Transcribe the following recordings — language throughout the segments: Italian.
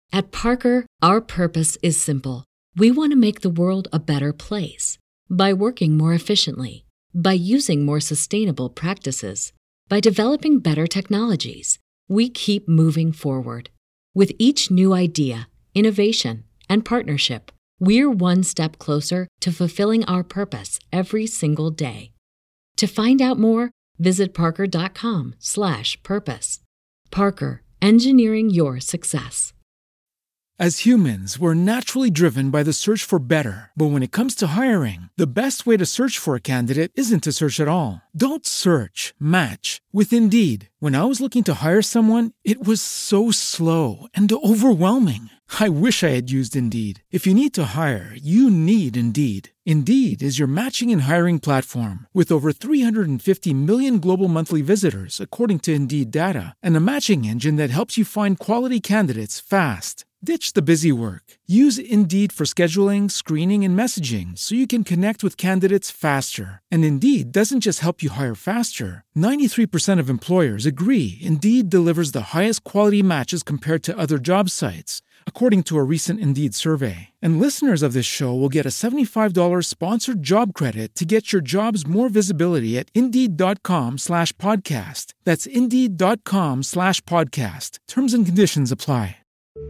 At Parker, our purpose is simple. We want to make the world a better place by working more efficiently, by using more sustainable practices, by developing better technologies. We keep moving forward. With each new idea, innovation, and partnership, we're one step closer to fulfilling our purpose every single day. To find out more, visit parker.com/purpose. Parker, engineering your success. As humans, we're naturally driven by the search for better. But when it comes to hiring, the best way to search for a candidate isn't to search at all. Don't search, match with Indeed. When I was looking to hire someone, it was so slow and overwhelming. I wish I had used Indeed. If you need to hire, you need Indeed. Indeed is your matching and hiring platform with over 350 million global monthly visitors, according to Indeed data, and a matching engine that helps you find quality candidates fast. Ditch the busy work. Use Indeed for scheduling, screening, and messaging so you can connect with candidates faster. And Indeed doesn't just help you hire faster. 93% of employers agree Indeed delivers the highest quality matches compared to other job sites, according to a recent Indeed survey. And listeners of this show will get a $75 sponsored job credit to get your jobs more visibility at Indeed.com/podcast. That's Indeed.com/podcast. Terms and conditions apply.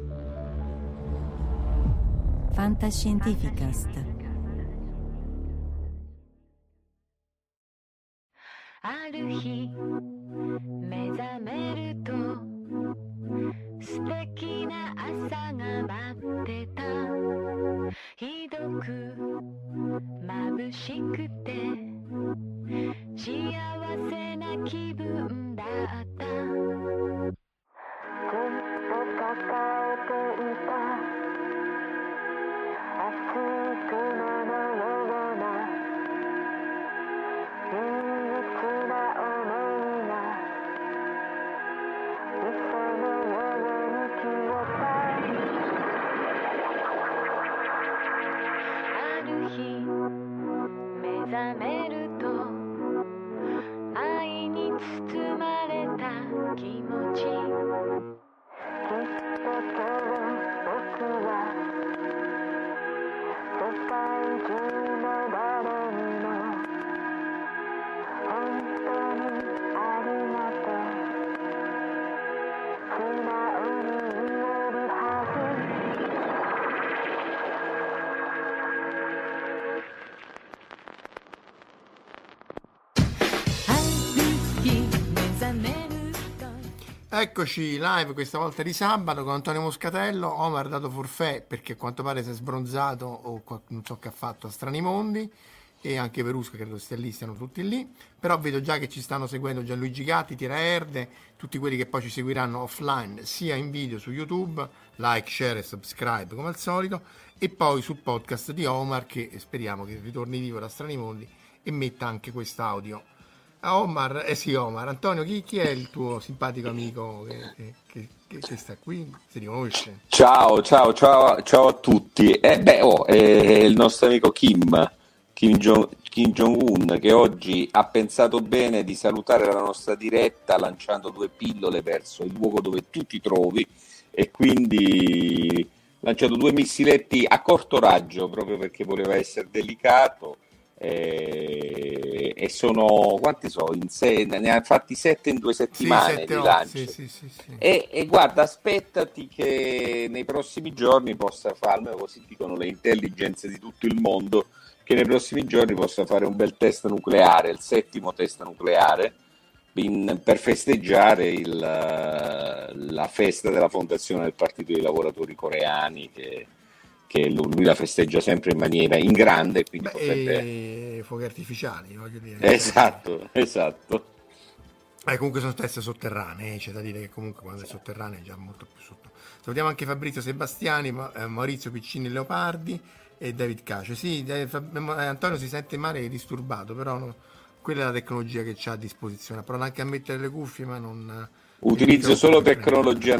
Fantascientificast. Eccoci live questa volta di sabato con Antonio Moscatello. Omar ha dato forfait perché a quanto pare si è sbronzato o non so che ha fatto a Strani Mondi, e anche Verusca credo stia lì, stiano tutti lì, però vedo già che ci stanno seguendo Gianluigi Gatti, Tira Erde, tutti quelli che poi ci seguiranno offline sia in video su YouTube, like, share e subscribe come al solito, e poi sul podcast di Omar che speriamo che ritorni vivo da Strani Mondi e metta anche quest'audio. Omar, Omar, Antonio, chi è il tuo simpatico amico che sta qui? Si riconosce? Ciao a tutti. È il nostro amico Kim Jong-un, che oggi ha pensato bene di salutare la nostra diretta lanciando 2 pillole verso il luogo dove tu ti trovi, e quindi lanciato 2 missiletti a corto raggio proprio perché voleva essere delicato. E sono quanti sono? Ne ha fatti 7 in 2 settimane di lancio. Sì. E guarda, aspettati che nei prossimi giorni possa farlo, così dicono le intelligenze di tutto il mondo, che nei prossimi giorni possa fare un bel test nucleare, il 7° test nucleare, per festeggiare la festa della fondazione del Partito dei Lavoratori Coreani, che lui la festeggia sempre in grande, quindi e fuochi artificiali, voglio dire. Esatto. Comunque sono teste sotterranee, c'è da dire che comunque quando è sotterranea è già molto più sotto. Salutiamo anche Fabrizio Sebastiani, Maurizio Piccini Leopardi e David Cace. Sì, Antonio si sente male e disturbato, però quella è la tecnologia che c'ha a disposizione. Ha provato anche a mettere le cuffie, ma non... Utilizzo solo tecnologia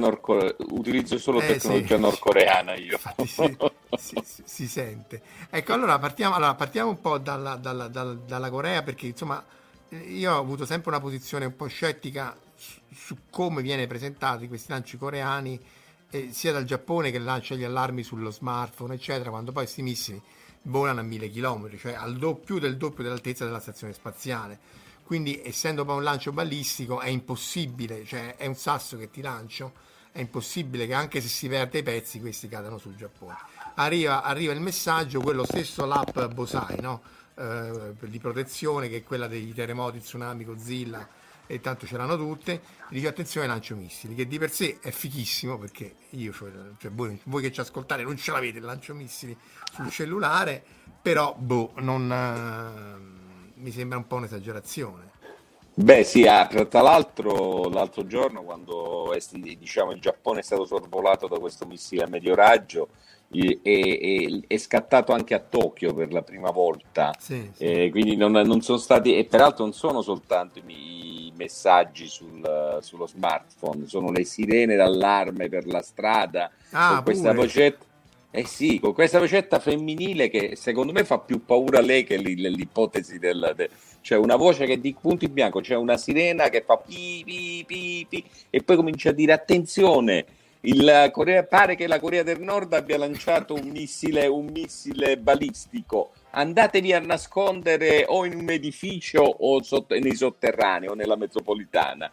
nordcoreana io. Infatti, si sente. Ecco, allora partiamo un po' dalla Corea, perché insomma io ho avuto sempre una posizione un po' scettica su come viene presentati questi lanci coreani, sia dal Giappone, che lancia gli allarmi sullo smartphone, eccetera, quando poi questi missili volano a 1000 km, cioè al doppio dell'altezza della stazione spaziale. Quindi, essendo poi un lancio balistico, è impossibile, cioè è un sasso che ti lancio, è impossibile che anche se si perde i pezzi questi cadano sul Giappone. Arriva il messaggio, quello stesso l'app Bosai, no? Di protezione, che è quella dei terremoti, tsunami, Godzilla, e tanto c'erano tutte, dice attenzione lancio missili, che di per sé è fichissimo, perché io, cioè voi che ci ascoltate non ce l'avete il lancio missili sul cellulare, però mi sembra un po' un'esagerazione. Beh sì, tra l'altro giorno, quando il Giappone è stato sorvolato da questo missile a medio raggio, è scattato anche a Tokyo per la prima volta, sì. Quindi non sono stati, e peraltro non sono soltanto i messaggi sullo smartphone, sono le sirene d'allarme per la strada, con questa vocetta. Sì, con questa vocetta femminile che secondo me fa più paura a lei che l'ipotesi cioè una voce che di punto in bianco, c'è una sirena che fa pi pi pi pi e poi comincia a dire attenzione, pare che la Corea del Nord abbia lanciato un missile balistico, andatevi a nascondere o in un edificio o nei sotterranei o nella metropolitana.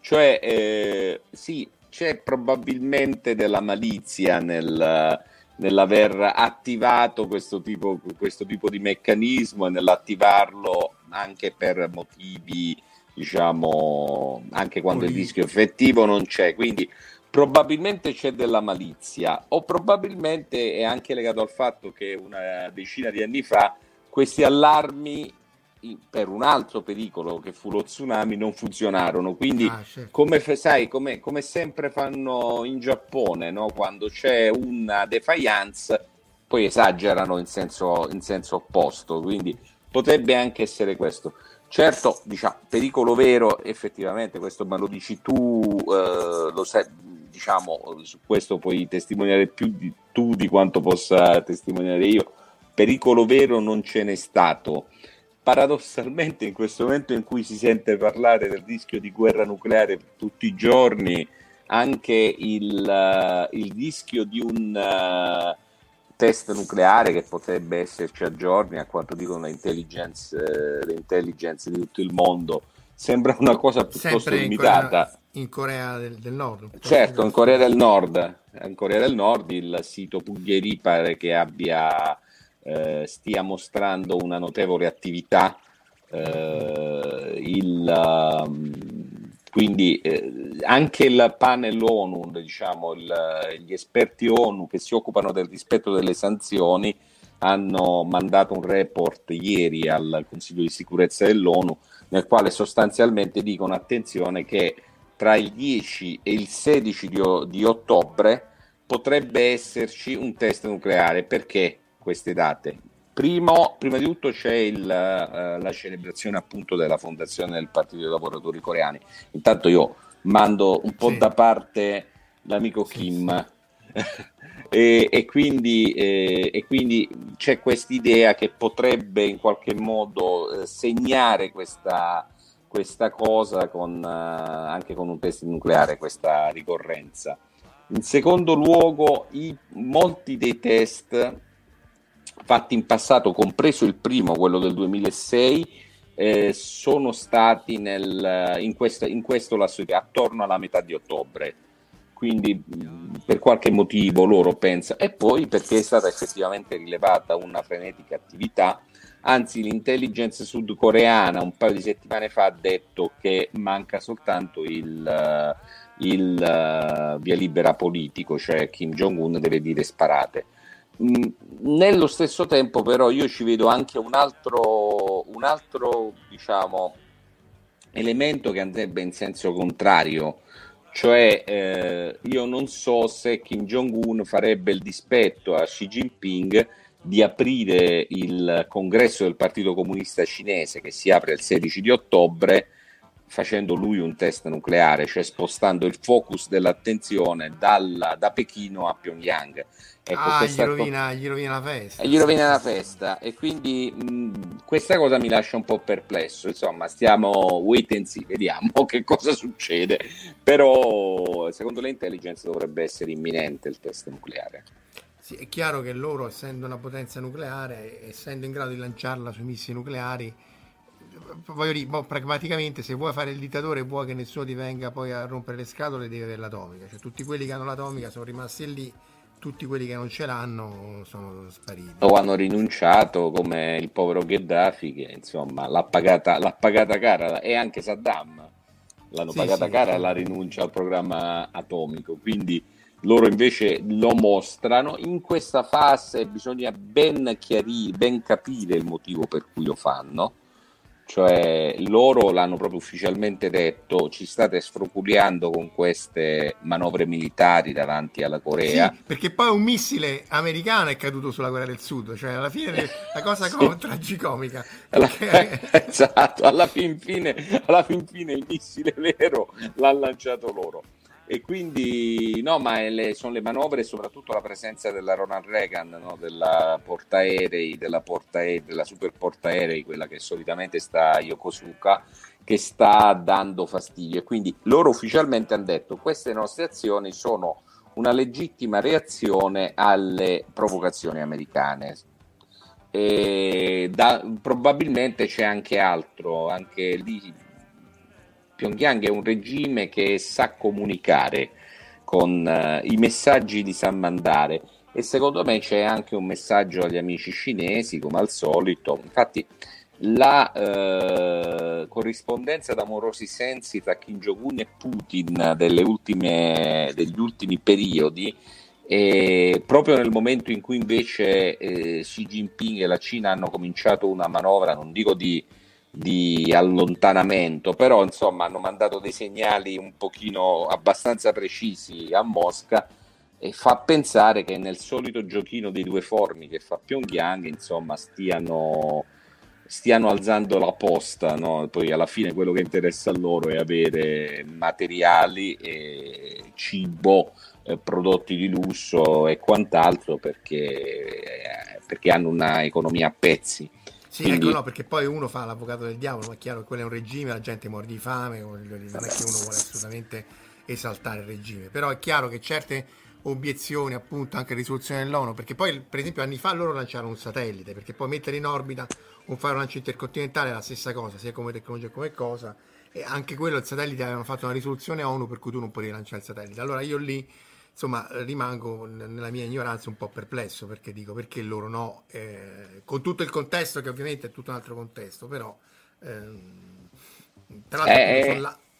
Cioè sì, c'è probabilmente della malizia nell'aver attivato questo tipo di meccanismo e nell'attivarlo anche per motivi, diciamo, anche quando il rischio effettivo non c'è. Quindi probabilmente c'è della malizia, o probabilmente è anche legato al fatto che una decina di anni fa questi allarmi per un altro pericolo che fu lo tsunami non funzionarono, quindi certo. come sempre fanno in Giappone, no? Quando c'è una defiance poi esagerano in senso opposto, quindi potrebbe anche essere questo. Certo, diciamo, pericolo vero, effettivamente, questo me lo dici tu, lo sai, diciamo, su questo puoi testimoniare più tu di quanto possa testimoniare io. Pericolo vero non ce n'è stato. Paradossalmente, in questo momento in cui si sente parlare del rischio di guerra nucleare tutti i giorni, anche il rischio di un test nucleare che potrebbe esserci a giorni, a quanto dicono le intelligence di tutto il mondo, sembra una cosa piuttosto limitata. In Corea del Nord. Certo, in Corea del Nord il sito Puglieri pare che stia mostrando una notevole attività, quindi anche il panel ONU, diciamo, gli esperti ONU che si occupano del rispetto delle sanzioni hanno mandato un report ieri al Consiglio di sicurezza dell'ONU, nel quale sostanzialmente dicono attenzione che tra il 10 e il 16 di ottobre potrebbe esserci un test nucleare. Perché queste date? Prima di tutto c'è la celebrazione appunto della fondazione del Partito dei Lavoratori Coreani. Intanto io mando un po' da parte l'amico Kim. e quindi c'è quest'idea che potrebbe in qualche modo segnare questa cosa anche con un test nucleare, questa ricorrenza. In secondo luogo, molti dei test fatti in passato, compreso il primo, quello del 2006, sono stati in questo lasso attorno alla metà di ottobre. Quindi per qualche motivo loro pensano, e poi perché è stata effettivamente rilevata una frenetica attività. Anzi, l'intelligence sudcoreana un paio di settimane fa ha detto che manca soltanto il via libera politico, cioè Kim Jong-un deve dire sparate. Nello stesso tempo però io ci vedo anche un altro diciamo elemento che andrebbe in senso contrario, cioè io non so se Kim Jong-un farebbe il dispetto a Xi Jinping di aprire il congresso del Partito Comunista Cinese, che si apre il 16 di ottobre, facendo lui un test nucleare, cioè spostando il focus dell'attenzione da Pechino a Pyongyang. Ecco, gli rovina la festa. Gli rovina la festa, e quindi questa cosa mi lascia un po' perplesso. Insomma, stiamo wait and see, vediamo che cosa succede. Però secondo le intelligence dovrebbe essere imminente il test nucleare. Sì, è chiaro che loro, essendo una potenza nucleare, essendo in grado di lanciarla sui missili nucleari, voglio dire, pragmaticamente, se vuoi fare il dittatore e vuoi che nessuno ti venga poi a rompere le scatole, devi avere l'atomica. Cioè tutti quelli che hanno l'atomica sono rimasti lì, tutti quelli che non ce l'hanno sono spariti. O hanno rinunciato, come il povero Gheddafi, che insomma l'ha pagata cara, e anche Saddam l'hanno pagata cara la rinuncia al programma atomico. Quindi loro invece lo mostrano. In questa fase bisogna ben capire il motivo per cui lo fanno. Cioè loro l'hanno proprio ufficialmente detto: ci state sfroculiando con queste manovre militari davanti alla Corea. Sì, perché poi un missile americano è caduto sulla Corea del Sud, cioè alla fine la cosa tragicomica. Esatto, alla fin fine il missile vero l'ha lanciato loro. E quindi no, ma sono le manovre, soprattutto la presenza della Ronald Reagan, no? Della super portaerei, quella che solitamente sta a Yokosuka, che sta dando fastidio. E quindi loro ufficialmente hanno detto: queste nostre azioni sono una legittima reazione alle provocazioni americane. E probabilmente c'è anche altro, anche lì. Pyongyang è un regime che sa comunicare con i messaggi li sa mandare, e secondo me c'è anche un messaggio agli amici cinesi, come al solito. Infatti la corrispondenza d'amorosi sensi tra Kim Jong-un e Putin degli ultimi periodi, proprio nel momento in cui invece Xi Jinping e la Cina hanno cominciato una manovra, non dico di allontanamento, però insomma hanno mandato dei segnali un pochino abbastanza precisi a Mosca, e fa pensare che nel solito giochino dei due forni che fa Pyongyang, insomma, stiano alzando la posta, no? Poi alla fine quello che interessa a loro è avere materiali e cibo, prodotti di lusso e quant'altro, perché hanno una economia a pezzi. Sì, quindi... ecco, no, perché poi uno fa l'avvocato del diavolo, ma è chiaro che quello è un regime, la gente muore di fame, non è che uno vuole assolutamente esaltare il regime, però è chiaro che certe obiezioni, appunto, anche risoluzione dell'ONU, perché poi, per esempio, anni fa loro lanciarono un satellite, perché poi mettere in orbita un faro lancio intercontinentale è la stessa cosa, sia come tecnologia che come cosa, e anche quello, il satellite, avevano fatto una risoluzione ONU per cui tu non potevi lanciare il satellite. Allora io lì, insomma, rimango nella mia ignoranza un po' perplesso, perché dico: perché loro no, con tutto il contesto, che ovviamente è tutto un altro contesto, però tra l'altro sono là.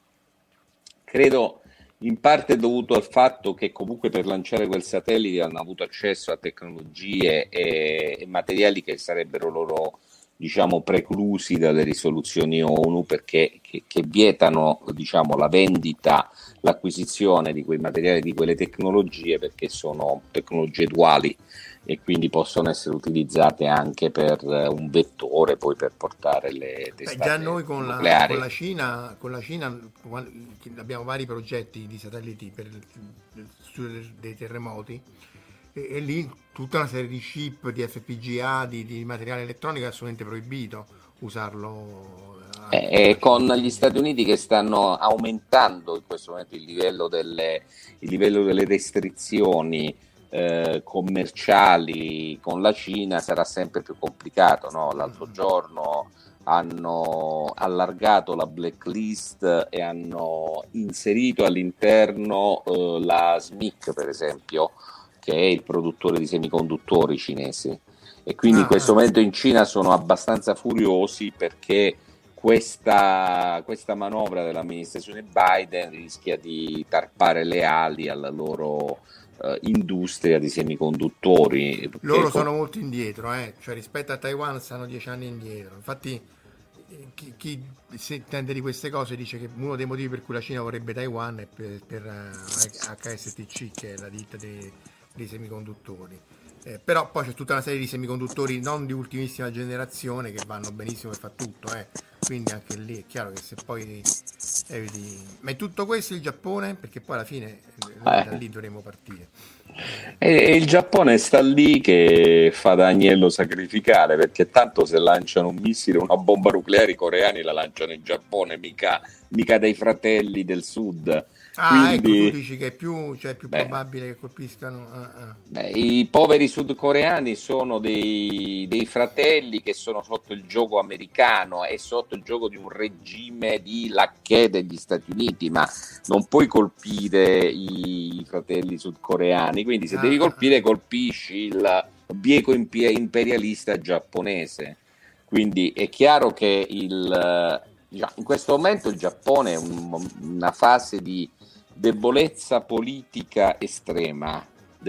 Credo in parte dovuto al fatto che comunque per lanciare quel satellite hanno avuto accesso a tecnologie e materiali che sarebbero loro, diciamo, preclusi dalle risoluzioni ONU, perché che vietano, diciamo, la vendita, l'acquisizione di quei materiali, di quelle tecnologie, perché sono tecnologie duali e quindi possono essere utilizzate anche per un vettore, poi per portare le testate già noi con nucleari. Con la Cina abbiamo vari progetti di satelliti per studio dei terremoti, e lì tutta una serie di chip, di FPGA, di materiale elettronico è assolutamente proibito usarlo. Con gli Stati Uniti che stanno aumentando in questo momento il livello delle restrizioni commerciali con la Cina, sarà sempre più complicato, no? L'altro giorno hanno allargato la blacklist e hanno inserito all'interno la SMIC, per esempio, che è il produttore di semiconduttori cinesi, e quindi in questo momento in Cina sono abbastanza furiosi perché questa manovra dell'amministrazione Biden rischia di tarpare le ali alla loro industria di semiconduttori. Loro sono molto indietro, cioè rispetto a Taiwan stanno 10 anni indietro. Infatti chi si intende di queste cose dice che uno dei motivi per cui la Cina vorrebbe Taiwan è per HSTC, che è la ditta dei semiconduttori. Però poi c'è tutta una serie di semiconduttori non di ultimissima generazione che vanno benissimo per fare tutto, quindi anche lì è chiaro che se poi eviti... Ma è tutto questo il Giappone? Perché poi alla fine noi da lì dovremo partire. E il Giappone sta lì che fa da agnello sacrificale, perché tanto se lanciano un missile, una bomba nucleare, i coreani la lanciano in Giappone, mica dai fratelli del sud. Quindi, ecco, tu dici che è più probabile che colpiscano. I poveri sudcoreani sono dei fratelli che sono sotto il gioco americano e sotto il gioco di un regime di lacchè degli Stati Uniti, ma non puoi colpire i fratelli sudcoreani, quindi se devi colpire, colpisci il bieco imperialista giapponese. Quindi è chiaro che in questo momento il Giappone è una fase di debolezza politica estrema,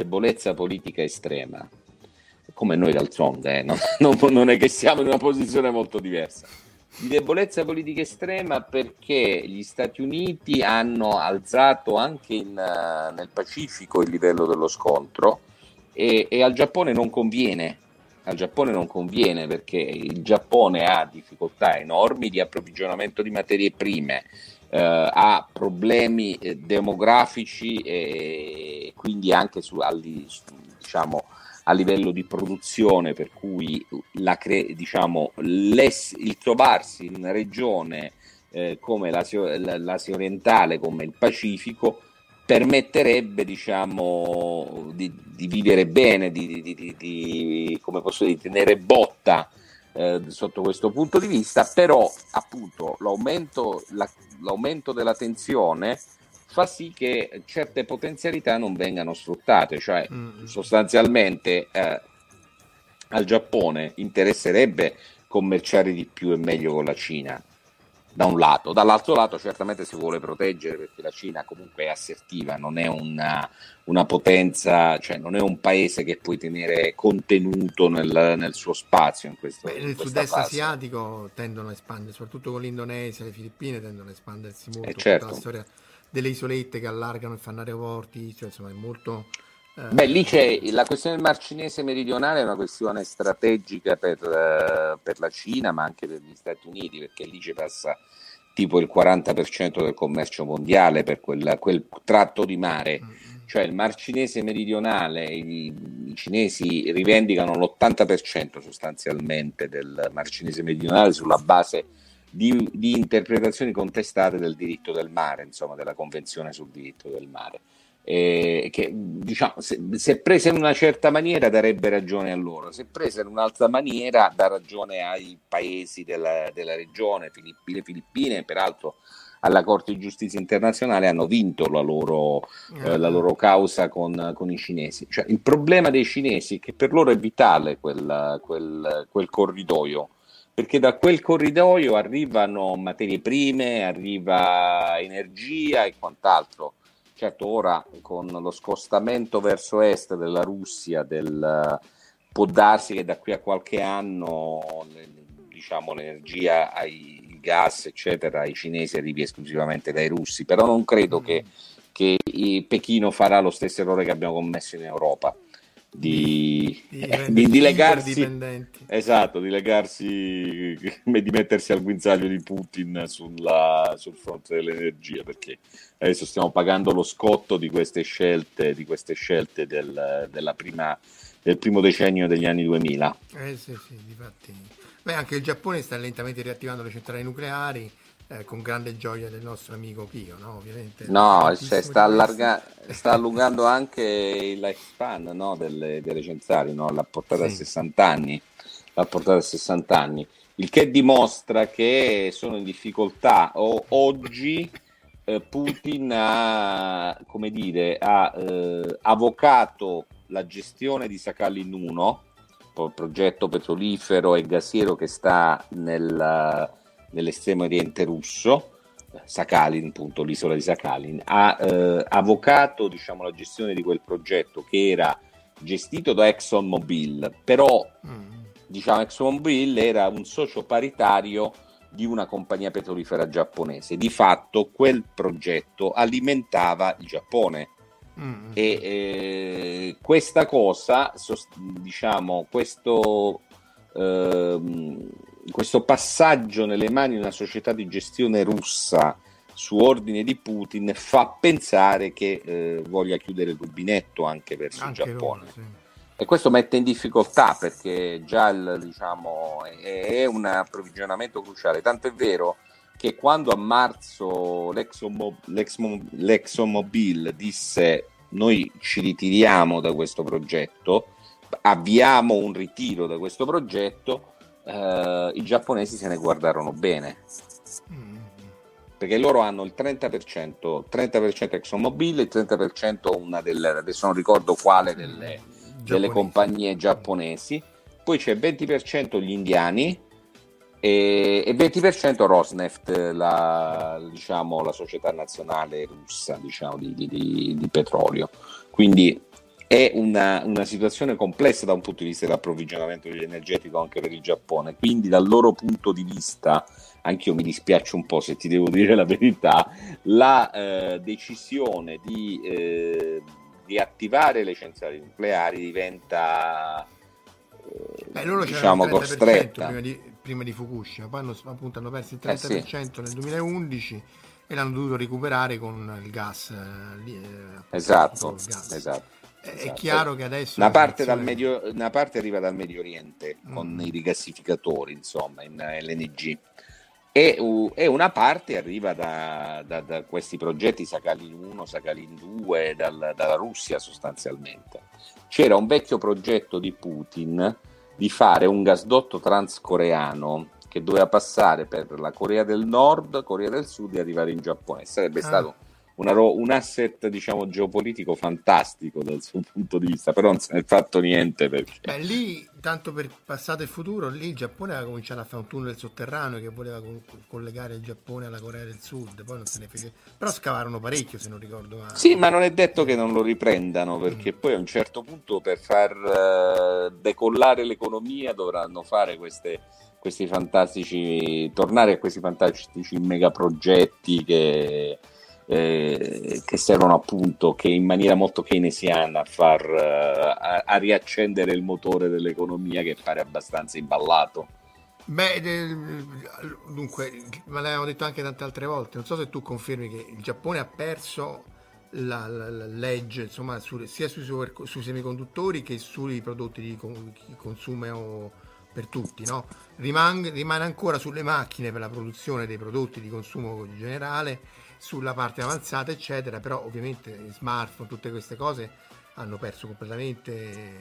come noi d'altronde, non è che siamo in una posizione molto diversa, di debolezza politica estrema, perché gli Stati Uniti hanno alzato anche nel Pacifico il livello dello scontro e al Giappone non conviene. Perché il Giappone ha difficoltà enormi di approvvigionamento di materie prime, ha problemi demografici e quindi anche a livello di produzione, per cui il trovarsi in una regione come l'Asia orientale, come il Pacifico, permetterebbe di vivere bene, come posso dire, tenere botta sotto questo punto di vista. Però appunto l'aumento della tensione fa sì che certe potenzialità non vengano sfruttate, cioè sostanzialmente al Giappone interesserebbe commerciare di più e meglio con la Cina, da un lato. Dall'altro lato certamente si vuole proteggere, perché la Cina comunque è assertiva, non è una potenza, cioè non è un paese che puoi tenere contenuto nel suo spazio in questo nel sud-est asiatico tendono a espandere, soprattutto con l'Indonesia, le Filippine tendono a espandersi molto, certo. La storia delle isolette che allargano e fanno aeroporti, cioè insomma è molto... lì c'è la questione del Mar Cinese meridionale, è una questione strategica per la Cina, ma anche per gli Stati Uniti, perché lì ci passa tipo il 40% del commercio mondiale per quel tratto di mare. Cioè il Mar Cinese meridionale, i cinesi rivendicano l'80% sostanzialmente del Mar Cinese meridionale sulla base di interpretazioni contestate del diritto del mare, insomma della Convenzione sul diritto del mare. Che se presa in una certa maniera darebbe ragione a loro, se presa in un'altra maniera dà ragione ai paesi della regione. Filippine peraltro alla Corte di Giustizia internazionale hanno vinto la loro causa con i cinesi. Cioè, il problema dei cinesi è che per loro è vitale quel corridoio, perché da quel corridoio arrivano materie prime, arriva energia e quant'altro. Certo, ora con lo scostamento verso est della Russia, può darsi che da qui a qualche anno l'energia, il gas, eccetera, ai cinesi arrivi esclusivamente dai russi, però non credo che Pechino farà lo stesso errore che abbiamo commesso in Europa, di legarsi, di mettersi al guinzaglio di Putin sul fronte dell'energia, perché adesso stiamo pagando lo scotto di queste scelte del primo decennio degli anni 2000. Sì, difatti. Anche il Giappone sta lentamente riattivando le centrali nucleari, con grande gioia del nostro amico Pio, no? Ovviamente. No, sta allungando anche il lifespan, no? delle centrali, no? L'ha portata a 60 anni. Il che dimostra che sono in difficoltà. Oggi Putin ha avocato la gestione di Sakhalin 1, progetto petrolifero e gasiero che sta nell'estremo oriente russo, Sakhalin, appunto, l'isola di Sakhalin, ha avocato la gestione di quel progetto, che era gestito da ExxonMobil, però ExxonMobil era un socio paritario di una compagnia petrolifera giapponese. Di fatto quel progetto alimentava il Giappone. E questa cosa, diciamo, questo passaggio nelle mani di una società di gestione russa su ordine di Putin fa pensare che voglia chiudere il rubinetto anche verso il Giappone. Loro, sì. E questo mette in difficoltà, perché già diciamo, è un approvvigionamento cruciale, tanto è vero che quando a marzo l'ExxonMobil disse noi ci ritiriamo da questo progetto, avviamo un ritiro da questo progetto, i giapponesi se ne guardarono bene, perché loro hanno il 30% ExxonMobil, il 30% una adesso non ricordo quale delle compagnie giapponesi, poi c'è il 20% gli indiani e 20% Rosneft, la società nazionale russa, diciamo, di petrolio. Quindi è una situazione complessa da un punto di vista dell'approvvigionamento energetico anche per il Giappone, quindi dal loro punto di vista, anch'io mi dispiace un po', se ti devo dire la verità, la decisione di attivare le centrali nucleari diventa loro diciamo costretta prima di Fukushima, poi hanno perso il 30% nel 2011 e l'hanno dovuto recuperare con il gas. Esatto. È chiaro che adesso una parte arriva dal Medio Oriente con i rigassificatori, insomma, in LNG, e una parte arriva da questi progetti Sakhalin 1, Sakhalin 2, dalla Russia sostanzialmente. C'era un vecchio progetto di Putin di fare un gasdotto transcoreano che doveva passare per la Corea del Nord, Corea del Sud e arrivare in Giappone. Sarebbe stato un asset, diciamo, geopolitico fantastico dal suo punto di vista, però non se ne è fatto niente, perché lì, tanto per passato e futuro, lì il Giappone aveva cominciato a fare un tunnel sotterraneo che voleva collegare il Giappone alla Corea del Sud, poi non se ne fece, però scavarono parecchio, se non ricordo male. Sì, ma non è detto che non lo riprendano, perché poi a un certo punto, per far decollare l'economia, dovranno fare questi fantastici, tornare a questi fantastici megaprogetti che servono, appunto, che in maniera molto keynesiana a riaccendere il motore dell'economia, che pare abbastanza imballato. Dunque, me l'avevamo detto anche tante altre volte, non so se tu confermi che il Giappone ha perso la legge, insomma, sia sui semiconduttori che sui prodotti di consumo per tutti, no? Rimane ancora sulle macchine per la produzione dei prodotti di consumo generale, sulla parte avanzata eccetera, però ovviamente i smartphone, tutte queste cose hanno perso completamente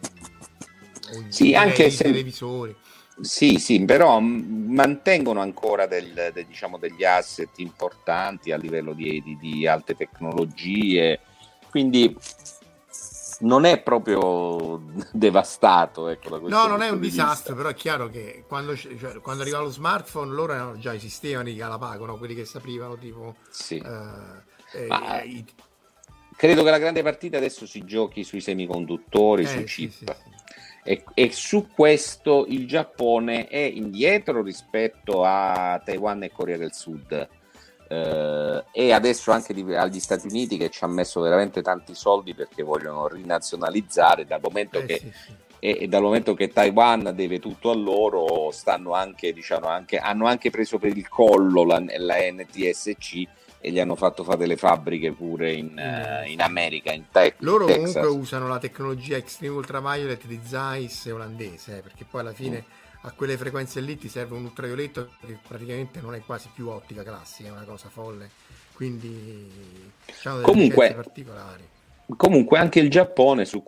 anche i televisori. Sì, però mantengono ancora degli asset importanti a livello di alte tecnologie, quindi non è proprio devastato, ecco, da questo non è un disastro, vista. però è chiaro che quando arriva lo smartphone loro già esistevano i Galapago, no? Quelli che si aprivano tipo sì. Credo che la grande partita adesso si giochi sui semiconduttori, sui chip. Sì. E su questo il Giappone è indietro rispetto a Taiwan e Corea del Sud, e adesso anche agli Stati Uniti, che ci ha messo veramente tanti soldi perché vogliono rinazionalizzare, dal momento e dal momento che Taiwan deve tutto a loro, hanno anche preso per il collo la NTSC e gli hanno fatto fare delle fabbriche pure in America, in Texas. Loro comunque usano la tecnologia Extreme Ultraviolet di Zeiss perché poi alla fine a quelle frequenze lì ti serve un ultravioletto che praticamente non è quasi più ottica classica, è una cosa folle, quindi diciamo delle licenze particolari. Comunque anche il Giappone sui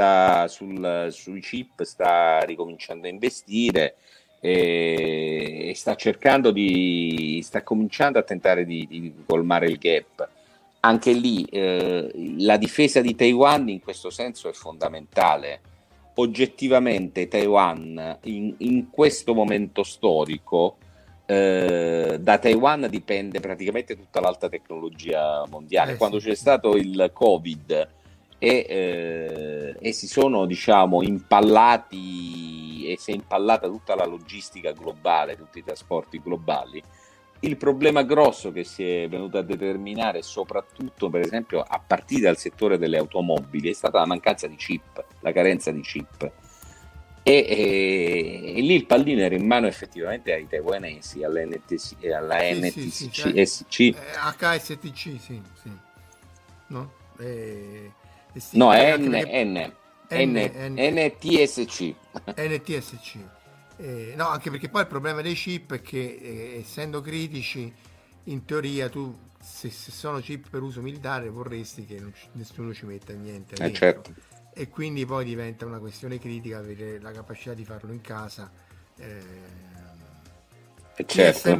chip sta ricominciando a investire e sta cominciando a tentare di colmare il gap. Anche lì la difesa di Taiwan in questo senso è fondamentale. Oggettivamente Taiwan in questo momento storico, da Taiwan dipende praticamente tutta l'alta tecnologia mondiale. Quando c'è stato il Covid e si sono, diciamo, impallati e si è impallata tutta la logistica globale, tutti i trasporti globali, il problema grosso che si è venuto a determinare, soprattutto per esempio a partire dal settore delle automobili, è stata la mancanza di chip, la carenza di chip. E lì il pallino era in mano effettivamente ai taiwanesi, alla NTSC. HSTC, sì. No? NTSC. NTSC. No, anche perché poi il problema dei chip è che essendo critici, in teoria tu se sono chip per uso militare vorresti che nessuno ci metta niente dentro. Certo. E quindi poi diventa una questione critica avere la capacità di farlo in casa. Certo.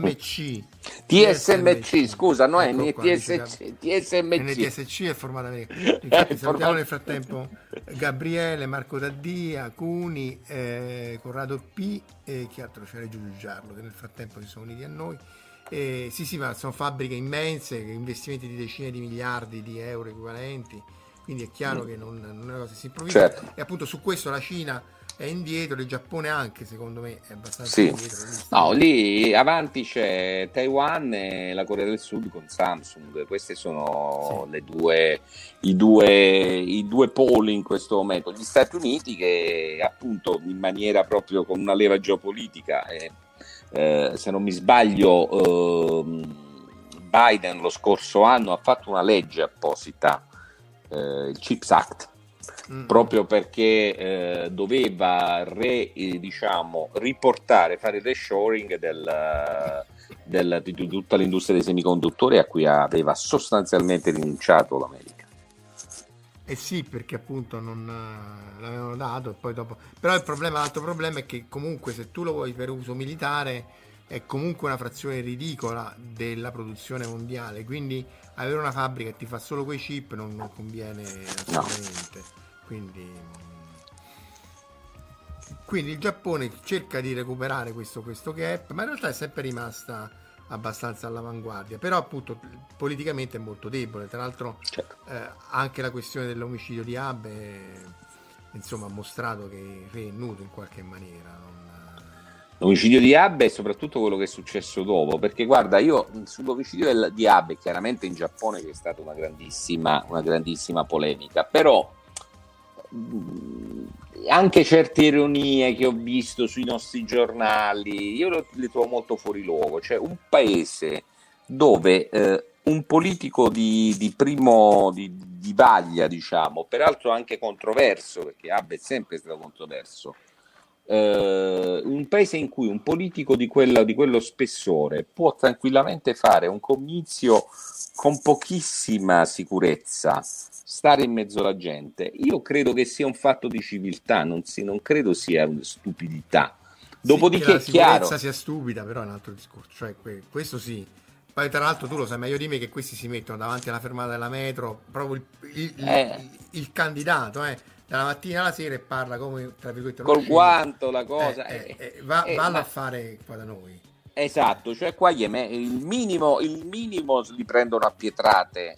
TSMC, scusa, no, NTSC. NTSC è formata americana. Infatti salutiamo nel frattempo Gabriele, Marco Daddia, Cuni, Corrado P e chi altro c'era, Giulio Giarlo, che nel frattempo si sono uniti a noi. Sì, ma sono fabbriche immense, investimenti di decine di miliardi di euro equivalenti, quindi è chiaro che non è una cosa che si improvvisa. Certo. E appunto su questo la Cina è indietro, il Giappone anche secondo me è abbastanza indietro. No, lì avanti c'è Taiwan e la Corea del Sud con Samsung. Queste sono i due poli in questo momento. Gli Stati Uniti che appunto in maniera proprio con una leva geopolitica, se non mi sbaglio Biden lo scorso anno ha fatto una legge apposita, il CHIPS Act, proprio perché doveva riportare, fare il reshoring di tutta l'industria dei semiconduttori a cui aveva sostanzialmente rinunciato l'America. Sì, perché appunto non l'avevano dato e poi dopo. Però l'altro problema è che comunque se tu lo vuoi per uso militare è comunque una frazione ridicola della produzione mondiale, quindi avere una fabbrica che ti fa solo quei chip non conviene assolutamente. No. Quindi il Giappone cerca di recuperare questo gap, ma in realtà è sempre rimasta abbastanza all'avanguardia, però appunto politicamente è molto debole. Tra l'altro anche la questione dell'omicidio di Abe insomma ha mostrato che è nudo in qualche maniera. L'omicidio di Abe e soprattutto quello che è successo dopo, perché guarda, io sull'omicidio di Abe chiaramente in Giappone c'è stata una grandissima polemica, però anche certe ironie che ho visto sui nostri giornali io le trovo molto fuori luogo. Cioè un paese dove un politico di vaglia, diciamo, peraltro anche controverso, perché Abe è sempre stato controverso, un paese in cui un politico di quello spessore può tranquillamente fare un comizio con pochissima sicurezza, stare in mezzo alla gente, io credo che sia un fatto di civiltà, non credo sia una stupidità. Dopodiché la sicurezza sia stupida, però è un altro discorso, cioè questo sì. Poi tra l'altro tu lo sai meglio di me che questi si mettono davanti alla fermata della metro, proprio il candidato dalla mattina alla sera e parla come tra virgolette col guanto la cosa vallo a fare qua da noi. Esatto, cioè qua il minimo li prendono a pietrate.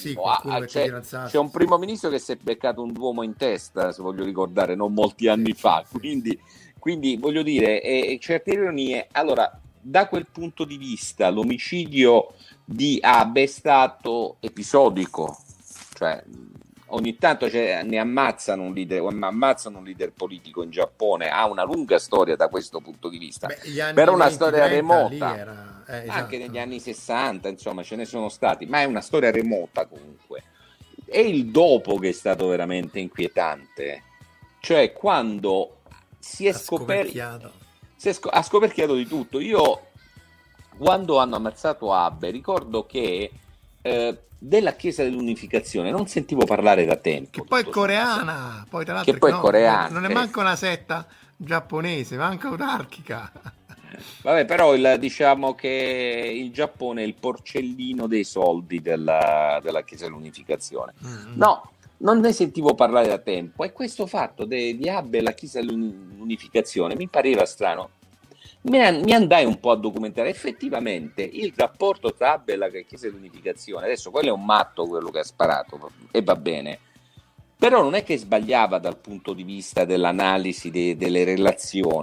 C'è un primo ministro che si è beccato un duomo in testa, se voglio ricordare, non molti anni fa, quindi voglio dire, certe ironie. Allora, da quel punto di vista l'omicidio di Abe è stato episodico, cioè ogni tanto ne ammazzano un leader politico in Giappone, ha una lunga storia da questo punto di vista, però una storia remota, anche negli anni 60, insomma ce ne sono stati, ma è una storia remota comunque. È il dopo che è stato veramente inquietante, cioè quando si è scoperchiato ha scoperchiato di tutto. Io quando hanno ammazzato Abe ricordo che della Chiesa dell'Unificazione non sentivo parlare da tempo, che poi è coreana, poi tra l'altro coreana, non è manco una setta giapponese, manca autarchica. Vabbè, però diciamo che il Giappone è il porcellino dei soldi della Chiesa dell'Unificazione. No, non ne sentivo parlare da tempo, e questo fatto di Abe e la Chiesa dell'Unificazione mi pareva strano. Mi andai un po' a documentare effettivamente il rapporto tra Abe e la Chiesa dell'Unificazione. Adesso quello è un matto, quello che ha sparato, e va bene, però non è che sbagliava dal punto di vista dell'analisi delle relazioni,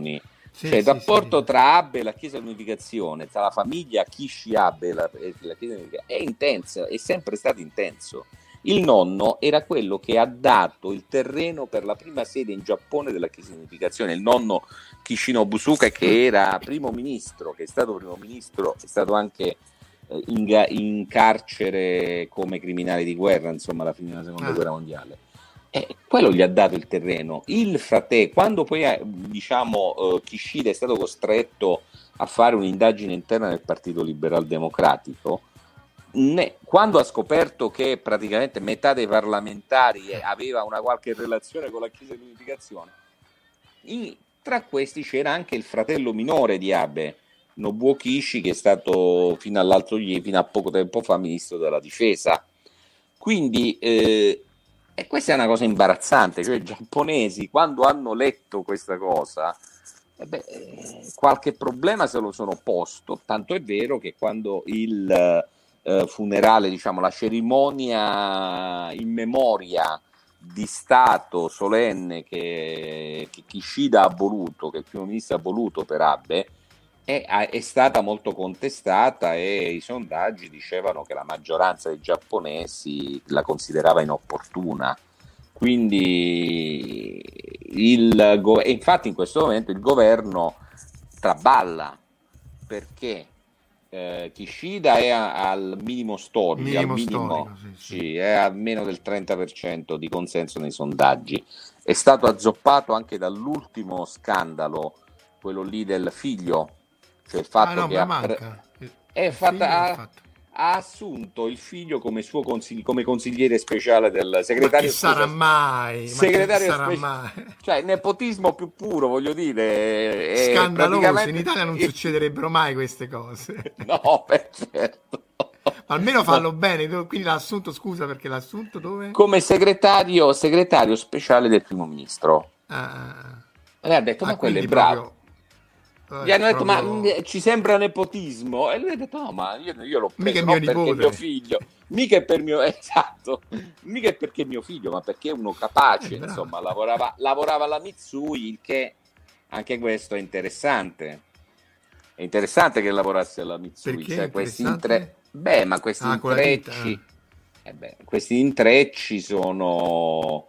Cioè il rapporto tra Abe e la Chiesa dell'Unificazione, tra la famiglia Kishi-Abe e la Chiesa dell'Unificazione è intenso, è sempre stato intenso. Il nonno era quello che ha dato il terreno per la prima sede in Giappone della Chiesa dell'Unificazione, il nonno Kishinobu Suka, che era primo ministro, che è stato primo ministro, è stato anche in carcere come criminale di guerra, insomma, alla fine della seconda guerra mondiale. Quello gli ha dato il terreno. Il fratello, quando poi Kishida è stato costretto a fare un'indagine interna nel Partito Liberal Democratico, quando ha scoperto che praticamente metà dei parlamentari aveva una qualche relazione con la Chiesa dell'Unificazione, tra questi c'era anche il fratello minore di Abe, Nobuo Kishi, che è stato fino a poco tempo fa ministro della difesa. Quindi e questa è una cosa imbarazzante, cioè i giapponesi quando hanno letto questa cosa qualche problema se lo sono posto, tanto è vero che quando il funerale, diciamo la cerimonia in memoria di Stato solenne che Kishida ha voluto, che il primo ministro ha voluto per Abe, è stata molto contestata e i sondaggi dicevano che la maggioranza dei giapponesi la considerava inopportuna. Quindi e infatti in questo momento il governo traballa perché Kishida è al minimo storico, sì, è a meno del 30% di consenso nei sondaggi. È stato azzoppato anche dall'ultimo scandalo, quello lì del figlio, cioè il fatto che ha assunto il figlio come suo come consigliere speciale del segretario. Ma chi sarà mai? Cioè nepotismo più puro, voglio dire. Scandaloso, in Italia non succederebbero mai queste cose. No, certo. Almeno fallo bene, quindi l'ha assunto, scusa, perché l'ha assunto dove? Come segretario speciale del primo ministro. E ha detto, ma quello è bravo. Gli hanno detto, ma ci sembra nepotismo? E lui ha detto, no, ma io l'ho preso non perché è mio figlio, mica è per mio, esatto, mica è perché è mio figlio, ma perché è uno capace, insomma, lavorava alla Mitsui, il che anche questo è interessante. È interessante che lavorasse alla Mitsui. Perché cioè, questi intrecci, questi intrecci sono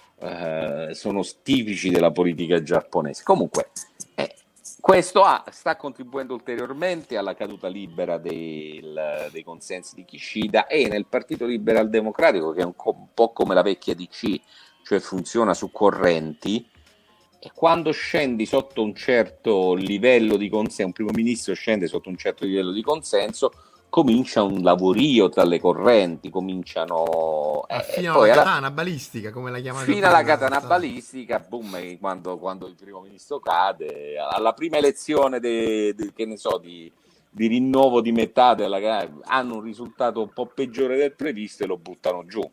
tipici della politica giapponese. Comunque, questo sta contribuendo ulteriormente alla caduta libera dei consensi di Kishida, e nel Partito Liberal Democratico, che è un po' come la vecchia DC, cioè funziona su correnti, e quando scendi sotto un certo livello di consenso, un primo ministro scende sotto un certo livello di consenso, comincia un lavorio tra le correnti, cominciano fino alla katana balistica, come la chiamano, fino alla katana balistica, boom, quando il primo ministro cade, alla prima elezione che ne so, di rinnovo di metà hanno un risultato un po' peggiore del previsto e lo buttano giù.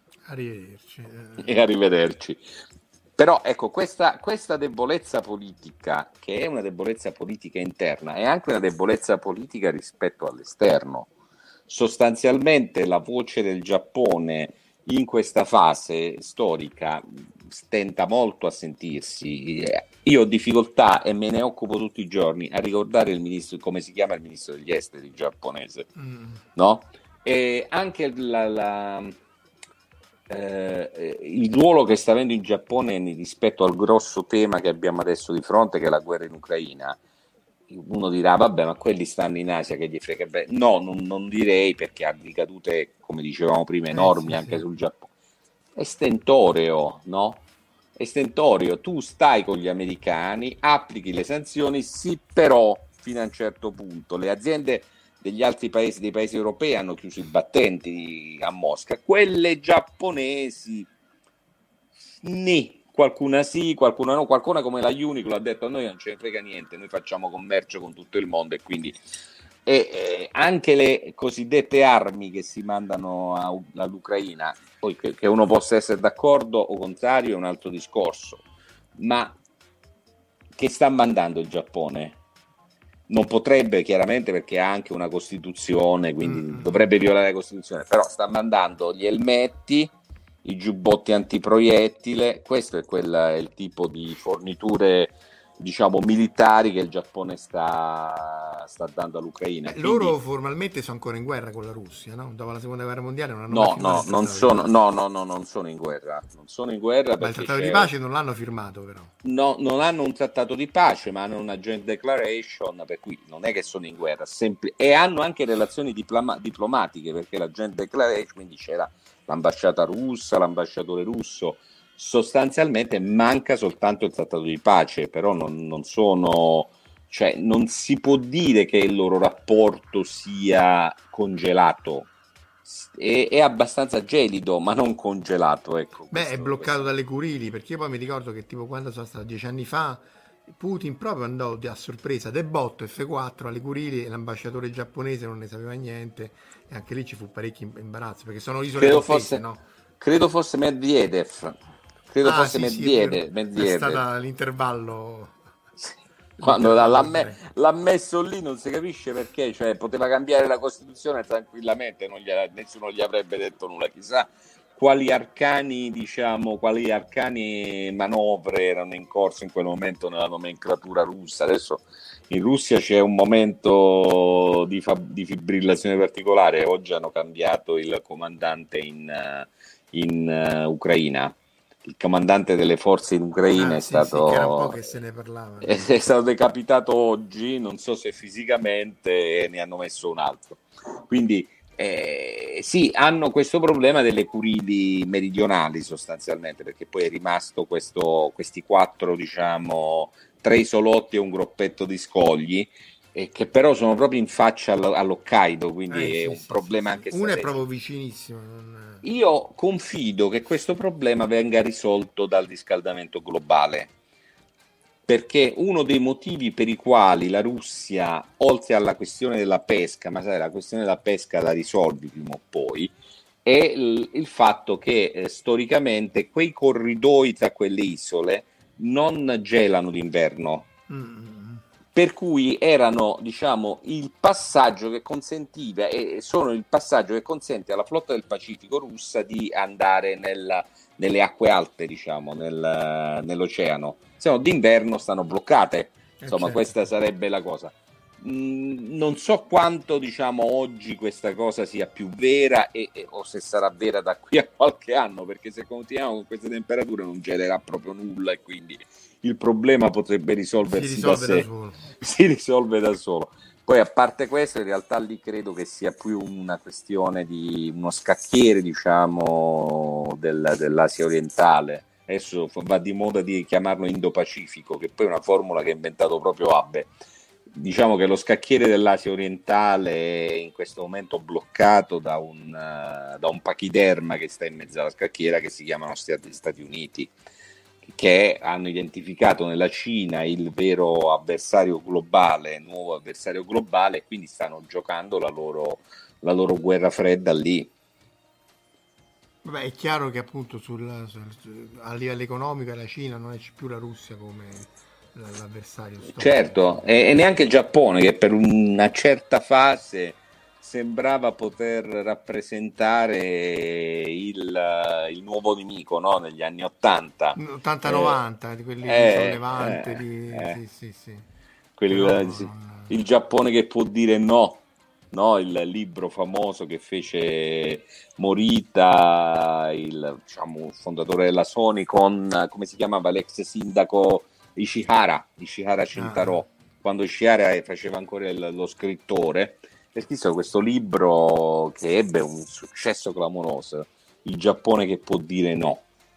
Arrivederci. Però ecco, questa debolezza politica, che è una debolezza politica interna, è anche una debolezza politica rispetto all'esterno. Sostanzialmente la voce del Giappone in questa fase storica stenta molto a sentirsi. Io ho difficoltà, e me ne occupo tutti i giorni, a ricordare il ministro, come si chiama il ministro degli esteri giapponese, no? E anche il ruolo che sta avendo in Giappone rispetto al grosso tema che abbiamo adesso di fronte, che è la guerra in Ucraina. Uno dirà, vabbè, ma quelli stanno in Asia, che gli frega bene. No, non direi, perché ha ricadute, come dicevamo prima, enormi anche sul Giappone. È stentoreo, no? È stentoreo. Tu stai con gli americani, applichi le sanzioni, sì, però fino a un certo punto le aziende degli altri paesi, dei paesi europei, hanno chiuso i battenti a Mosca. Quelle giapponesi qualcuna sì, qualcuna no, qualcuna come la Uniqlo ha detto, a noi non ce ne frega niente, noi facciamo commercio con tutto il mondo, e quindi anche le cosiddette armi che si mandano all'Ucraina, poi che uno possa essere d'accordo o contrario è un altro discorso, ma che sta mandando il Giappone? Non potrebbe, chiaramente, perché ha anche una Costituzione, quindi dovrebbe violare la Costituzione, però sta mandando gli elmetti, i giubbotti antiproiettile. Questo è il tipo di forniture diciamo militari che il Giappone sta dando all'Ucraina. Quindi... loro formalmente sono ancora in guerra con la Russia, no? Dopo la seconda guerra mondiale non hanno non sono in guerra. Non sono in guerra. Ma il trattato di pace non l'hanno firmato, però. No, non hanno un trattato di pace, ma hanno una joint declaration, per cui non è che sono in guerra, e hanno anche relazioni diplomatiche, perché la joint declaration, quindi c'era l'ambasciata russa, l'ambasciatore russo. Sostanzialmente manca soltanto il trattato di pace, però non sono, cioè non si può dire che il loro rapporto sia congelato, è abbastanza gelido ma non congelato, ecco. È bloccato dalle Kurili, perché io poi mi ricordo che tipo quando sono stato 10 anni fa Putin proprio andò a sorpresa de botto F4 alle Kurili e l'ambasciatore giapponese non ne sapeva niente, e anche lì ci fu parecchio imbarazzo, perché sono isole contese, no? Credo fosse Medvedev. Medvedev. È stato l'intervallo. Quando l'ha messo lì non si capisce perché, cioè poteva cambiare la Costituzione tranquillamente, nessuno gli avrebbe detto nulla. Chissà quali arcani manovre erano in corso in quel momento nella nomenclatura russa. Adesso in Russia c'è un momento di fibrillazione particolare. Oggi hanno cambiato il comandante in Ucraina. Il comandante delle forze in Ucraina è stato che era un po' che se ne parlava. È stato decapitato oggi, non so se fisicamente, e ne hanno messo un altro. Quindi sì, hanno questo problema delle Kurili meridionali sostanzialmente, perché poi è rimasto questi 4, diciamo, 3 isolotti e un gruppetto di scogli, che però sono proprio in faccia all'Hokkaido, quindi è un problema anche uno è proprio vicinissimo. Io confido che questo problema venga risolto dal riscaldamento globale, perché uno dei motivi per i quali la Russia, oltre alla questione della pesca, ma sai, la questione della pesca la risolvi prima o poi, è il fatto che storicamente quei corridoi tra quelle isole non gelano d'inverno. Per cui erano, diciamo, il passaggio che consentiva, e sono il passaggio che consente alla flotta del Pacifico russa di andare nelle acque alte, diciamo, nell'oceano. Se no d'inverno stanno bloccate. Insomma, certo. Questa sarebbe la cosa. Non so quanto, diciamo, oggi questa cosa sia più vera o se sarà vera da qui a qualche anno, perché se continuiamo con queste temperature non gelerà proprio nulla e quindi il problema potrebbe risolversi da sé. Si risolve da solo. Poi a parte questo, in realtà lì credo che sia più una questione di uno scacchiere, diciamo, dell'Asia orientale. Adesso va di moda di chiamarlo Indo-Pacifico, che poi è una formula che ha inventato proprio Abe. Diciamo che lo scacchiere dell'Asia orientale è in questo momento bloccato da un pachiderma che sta in mezzo alla scacchiera, che si chiamano Stati Uniti, che hanno identificato nella Cina il vero avversario globale, nuovo avversario globale, e quindi stanno giocando la loro guerra fredda lì. Vabbè, è chiaro che appunto a livello economico la Cina non è più la Russia come l'avversario storico. Certo, e neanche il Giappone, che per una certa fase sembrava poter rappresentare il nuovo nemico, no? Negli anni 80. 80-90, di quelli sollevante. Sì. Il Giappone che può dire no, il libro famoso che fece Morita, il fondatore della Sony, con, come si chiamava, l'ex sindaco Ishihara Shintaro, quando Ishihara faceva ancora lo scrittore. È scritto questo libro che ebbe un successo clamoroso, Il Giappone che può dire no.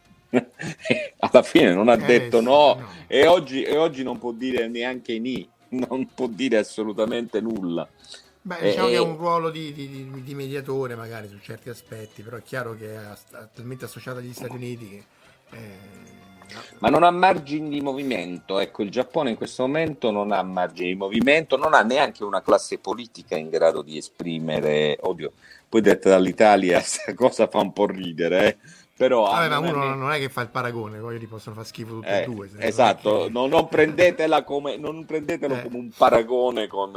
Alla fine non ha detto no. E oggi non può dire neanche ni, non può dire assolutamente nulla. Diciamo che è un ruolo di mediatore magari su certi aspetti, però è chiaro che è talmente associato agli Stati Uniti che... Ma non ha margini di movimento, ecco, il Giappone in questo momento non ha margini di movimento, non ha neanche una classe politica in grado di esprimere, poi detta dall'Italia questa cosa fa un po' ridere, però... ma uno non è che fa il paragone, poi gli possono fare schifo tutti e due. Esatto, non prendetelo come un paragone con...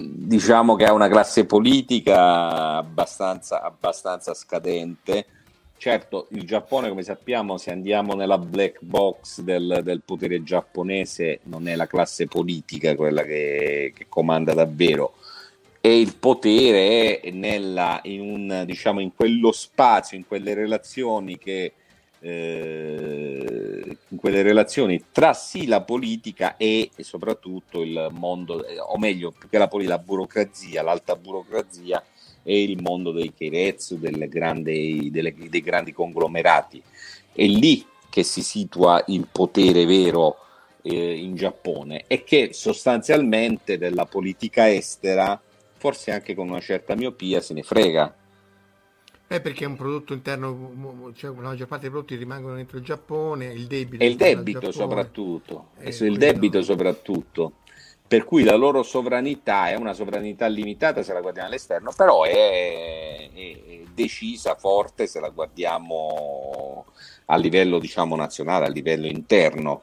diciamo che ha una classe politica abbastanza scadente, Certo, il Giappone, come sappiamo, se andiamo nella black box del potere giapponese, non è la classe politica quella che comanda davvero, e il potere è in quello spazio, in quelle relazioni in quelle relazioni tra sì la politica e soprattutto il mondo, o meglio, più che la burocrazia, l'alta burocrazia, e il mondo dei keiretsu, dei grandi conglomerati. È lì che si situa il potere vero in Giappone, e che sostanzialmente della politica estera, forse anche con una certa miopia, se ne frega. Perché è un prodotto interno, cioè la maggior parte dei prodotti rimangono dentro il Giappone, il debito E il debito soprattutto, il debito soprattutto. Per cui la loro sovranità è una sovranità limitata se la guardiamo all'esterno, però è decisa, forte se la guardiamo a livello, diciamo, nazionale, a livello interno.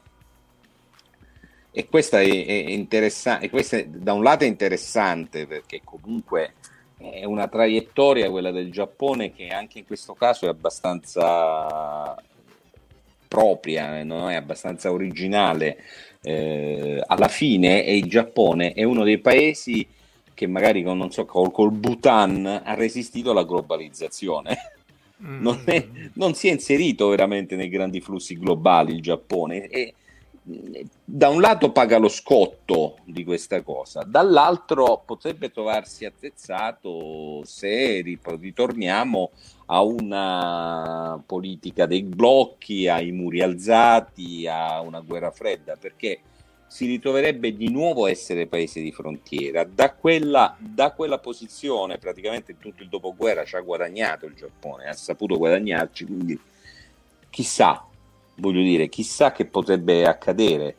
E questa è interessante, da un lato è interessante perché comunque è una traiettoria, quella del Giappone, che anche in questo caso è abbastanza propria, no? È abbastanza originale. Alla fine il Giappone è uno dei paesi che magari col Bhutan ha resistito alla globalizzazione. Non si è inserito veramente nei grandi flussi globali il Giappone, e da un lato paga lo scotto di questa cosa, dall'altro potrebbe trovarsi attrezzato se ritorniamo a una politica dei blocchi, ai muri alzati, a una guerra fredda, perché si ritroverebbe di nuovo a essere paese di frontiera. Da quella posizione praticamente tutto il dopoguerra ci ha guadagnato il Giappone, ha saputo guadagnarci, quindi chissà che potrebbe accadere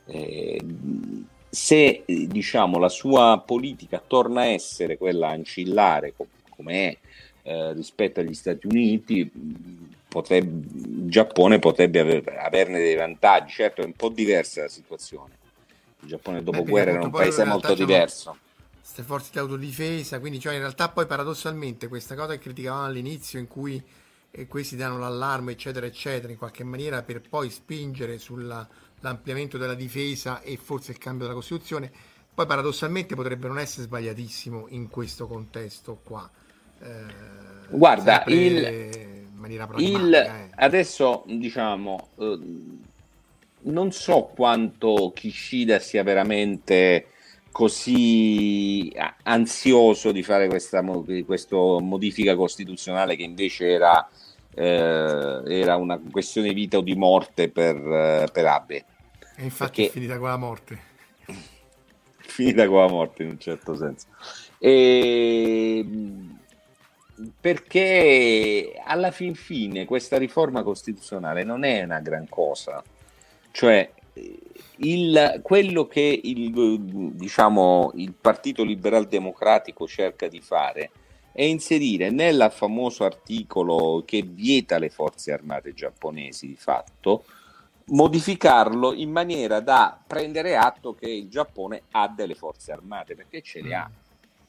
se diciamo la sua politica torna a essere quella ancillare come è rispetto agli Stati Uniti. Il Giappone potrebbe averne dei vantaggi. Certo, è un po' diversa la situazione. Il Giappone dopoguerra era un paese molto diverso. Queste forze di autodifesa, quindi in realtà poi paradossalmente questa cosa che criticavamo all'inizio, in cui questi danno l'allarme eccetera eccetera, in qualche maniera per poi spingere sull'ampliamento della difesa e forse il cambio della Costituzione, poi paradossalmente potrebbe non essere sbagliatissimo in questo contesto qua. Guarda, in maniera pragmatica, adesso diciamo non so quanto Kishida sia veramente così ansioso di fare questa modifica costituzionale, che invece era una questione di vita o di morte per Abe. E infatti è finita con la morte. Finita con la morte in un certo senso. Perché alla fin fine questa riforma costituzionale non è una gran cosa. Cioè, quello che il Partito Liberal Democratico cerca di fare è inserire nel famoso articolo che vieta le forze armate giapponesi, di fatto, modificarlo in maniera da prendere atto che il Giappone ha delle forze armate, perché ce le ha.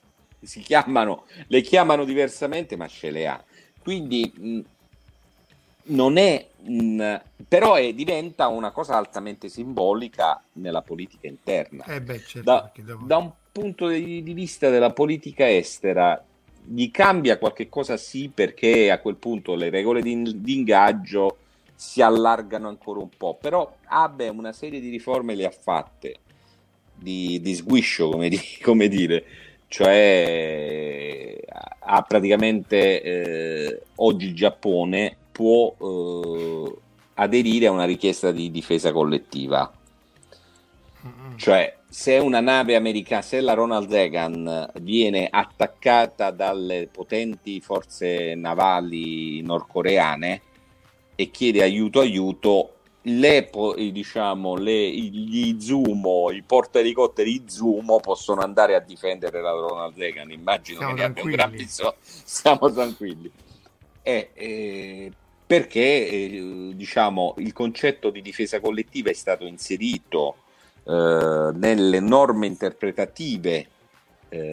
Le chiamano diversamente, ma ce le ha. Quindi non è però diventa una cosa altamente simbolica nella politica interna. Certo, da un punto di vista della politica estera gli cambia qualche cosa, sì, perché a quel punto le regole di ingaggio si allargano ancora un po', però Abe una serie di riforme le ha fatte di sguiscio, come dire, cioè ha praticamente oggi il Giappone può aderire a una richiesta di difesa collettiva. Cioè, se una nave americana, se la Ronald Reagan viene attaccata dalle potenti forze navali nordcoreane e chiede aiuto, gli Izumo, i portaelicotteri Izumo possono andare a difendere la Ronald Reagan. Immagino che ne abbia un gran bisogno. Siamo tranquilli. Perché diciamo il concetto di difesa collettiva è stato inserito nelle norme interpretative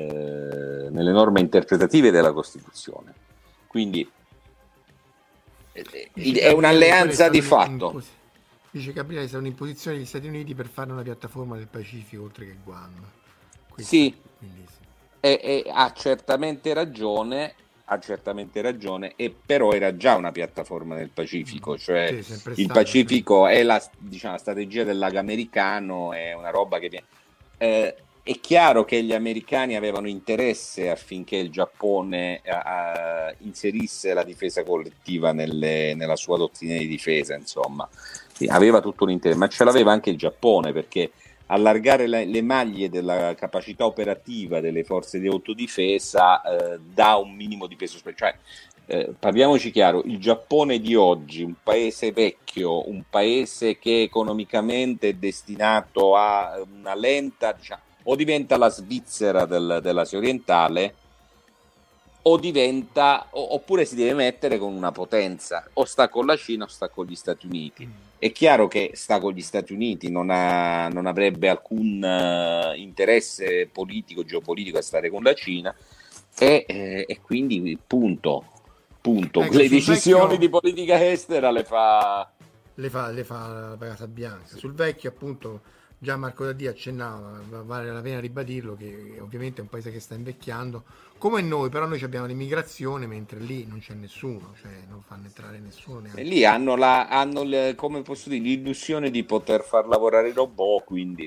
della Costituzione. Quindi è un'alleanza di fatto. Dice Gabriele, sarà un'imposizione degli Stati Uniti per fare una piattaforma del Pacifico oltre che Guam. Sì, ha certamente ragione, e però era già una piattaforma del Pacifico, cioè il Pacifico è la strategia del lago americano, è una roba che viene... È chiaro che gli americani avevano interesse affinché il Giappone inserisse la difesa collettiva nella sua dottrina di difesa, insomma. Aveva tutto un interesse, ma ce l'aveva anche il Giappone, perché allargare le maglie della capacità operativa delle forze di autodifesa dà un minimo di peso speciale. Parliamoci chiaro, il Giappone di oggi, un paese vecchio, un paese che economicamente è destinato a una lenta, o diventa la Svizzera dell'Asia orientale, oppure si deve mettere con una potenza, o sta con la Cina o sta con gli Stati Uniti. È chiaro che sta con gli Stati Uniti, non avrebbe alcun interesse politico, geopolitico a stare con la Cina, e quindi punto. Le decisioni di politica estera le fa la Casa Bianca. Sul vecchio, appunto, già Marco Daddi accennava, vale la pena ribadirlo, che ovviamente è un paese che sta invecchiando come noi, però noi abbiamo l'immigrazione, mentre lì non c'è nessuno, cioè non fanno entrare nessuno neanche. E lì come posso dire, l'illusione di poter far lavorare i robot, quindi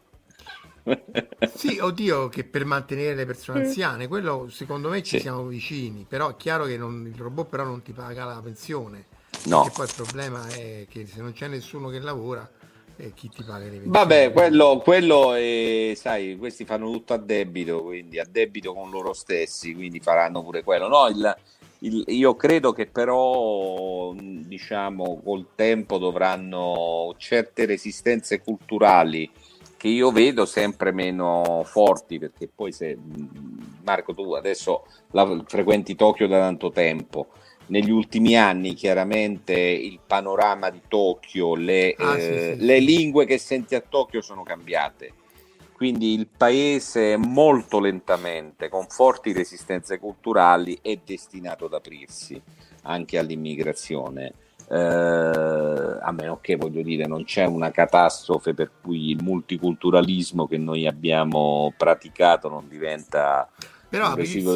sì, oddio, che per mantenere le persone anziane, quello secondo me ci siamo vicini, però è chiaro che il robot però non ti paga la pensione, no. Perché poi il problema è che se non c'è nessuno che lavora, chi ti paga le pensioni? Vabbè, quello è, sai, questi fanno tutto a debito, quindi a debito con loro stessi, quindi faranno pure quello. No, io credo che però, diciamo, col tempo dovranno certe resistenze culturali che io vedo sempre meno forti, perché poi Marco, tu adesso frequenti Tokyo da tanto tempo. Negli ultimi anni chiaramente il panorama di Tokyo, le lingue che senti a Tokyo sono cambiate, quindi il paese molto lentamente, con forti resistenze culturali, è destinato ad aprirsi anche all'immigrazione, a meno che, voglio dire, non c'è una catastrofe per cui il multiculturalismo che noi abbiamo praticato non diventa... Però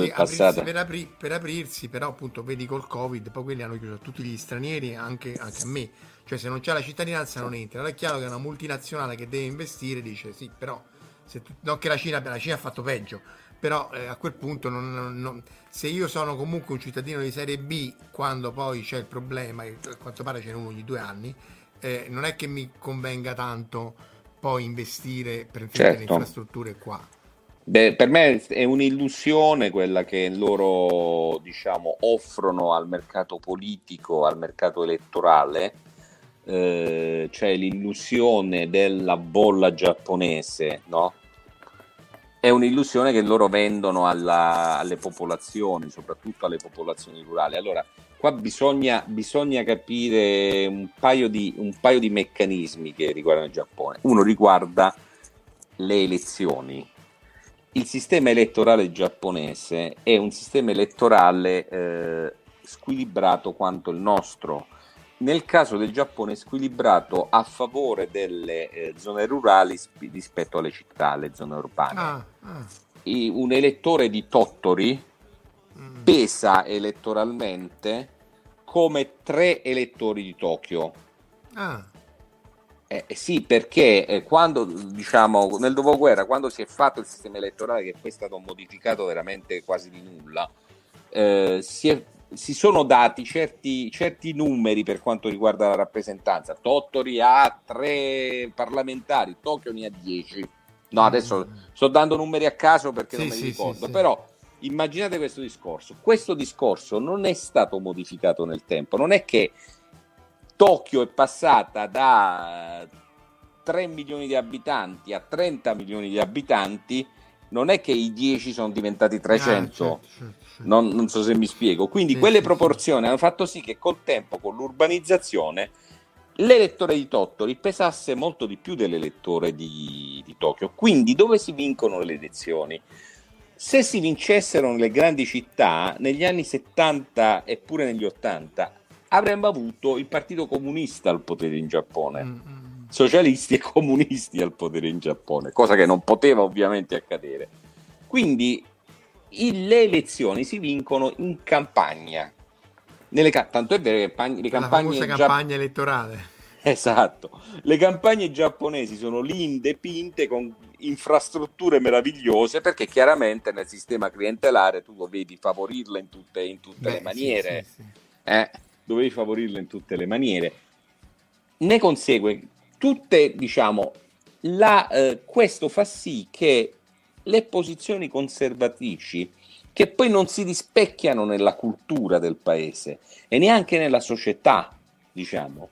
per aprirsi, però appunto vedi col Covid, poi quelli hanno chiuso tutti gli stranieri, anche a me, cioè se non c'è la cittadinanza non entra. Allora è chiaro che una multinazionale che deve investire dice sì, però non che la Cina ha fatto peggio, però a quel punto se io sono comunque un cittadino di serie B, quando poi c'è il problema, e a quanto pare ce n'è uno ogni 2 anni, non è che mi convenga tanto poi investire per le infrastrutture qua. Beh, per me è un'illusione quella che loro, diciamo, offrono al mercato politico, al mercato elettorale, cioè l'illusione della bolla giapponese, no? È un'illusione che loro vendono alle popolazioni, soprattutto alle popolazioni rurali. Allora, qua bisogna capire un paio di meccanismi che riguardano il Giappone. Uno riguarda le elezioni. Il sistema elettorale giapponese è un sistema elettorale squilibrato quanto il nostro. Nel caso del Giappone è squilibrato a favore delle zone rurali rispetto alle città, alle zone urbane. Un elettore di Tottori pesa elettoralmente come 3 elettori di Tokyo. Sì, perché quando, diciamo, nel dopoguerra, quando si è fatto il sistema elettorale, che poi è stato modificato veramente quasi di nulla, si sono dati certi numeri per quanto riguarda la rappresentanza. Tottori ha 3 parlamentari, Tokyo ne ha 10. No, adesso sto dando numeri a caso perché non me li ricordo, però immaginate questo discorso. Questo discorso non è stato modificato nel tempo, non è che Tokyo è passata da 3 milioni di abitanti a 30 milioni di abitanti, non è che i 10 sono diventati 300, non so se mi spiego. Quindi quelle proporzioni hanno fatto sì che col tempo, con l'urbanizzazione, l'elettore di Tottori pesasse molto di più dell'elettore di Tokyo. Quindi dove si vincono le elezioni? Se si vincessero nelle grandi città, negli anni 70 e pure negli 80, avremmo avuto il Partito Comunista al potere in Giappone, socialisti e comunisti al potere in Giappone, cosa che non poteva ovviamente accadere. Quindi le elezioni si vincono in campagna, tanto è vero che le campagne, la famosa campagna elettorale. Esatto, le campagne giapponesi sono linde pinte con infrastrutture meravigliose, perché chiaramente nel sistema clientelare tu dovevi favorirla in tutte le maniere. Sì. Dovevi favorirla in tutte le maniere. Ne consegue tutte, diciamo, questo fa sì che le posizioni conservatrici, che poi non si rispecchiano nella cultura del paese e neanche nella società, diciamo,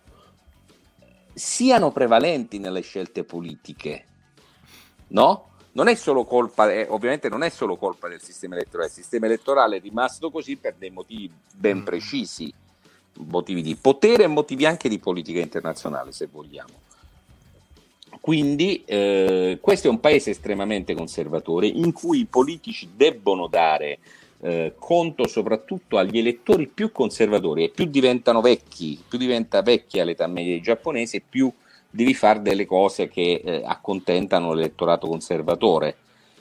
siano prevalenti nelle scelte politiche, no? Non è solo colpa, ovviamente non è solo colpa del sistema elettorale. Il sistema elettorale è rimasto così per dei motivi ben precisi, motivi di potere e motivi anche di politica internazionale, se vogliamo. Quindi questo è un paese estremamente conservatore, in cui i politici debbono dare conto soprattutto agli elettori più conservatori, e più diventano vecchi, più diventa vecchia l'età media dei giapponesi, più devi fare delle cose che accontentano l'elettorato conservatore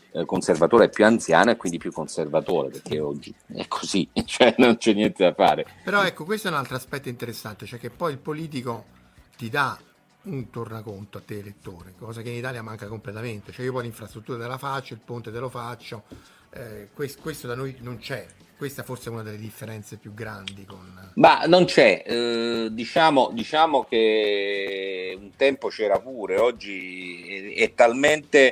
è più anziano e quindi più conservatore, perché oggi è così, cioè non c'è niente da fare. Però ecco, questo è un altro aspetto interessante, cioè che poi il politico ti dà un tornaconto a te elettore, cosa che in Italia manca completamente. Cioè io poi l'infrastruttura te la faccio, il ponte te lo faccio, questo da noi non c'è. Questa forse è una delle differenze più grandi Ma non c'è, diciamo che un tempo c'era pure, oggi è talmente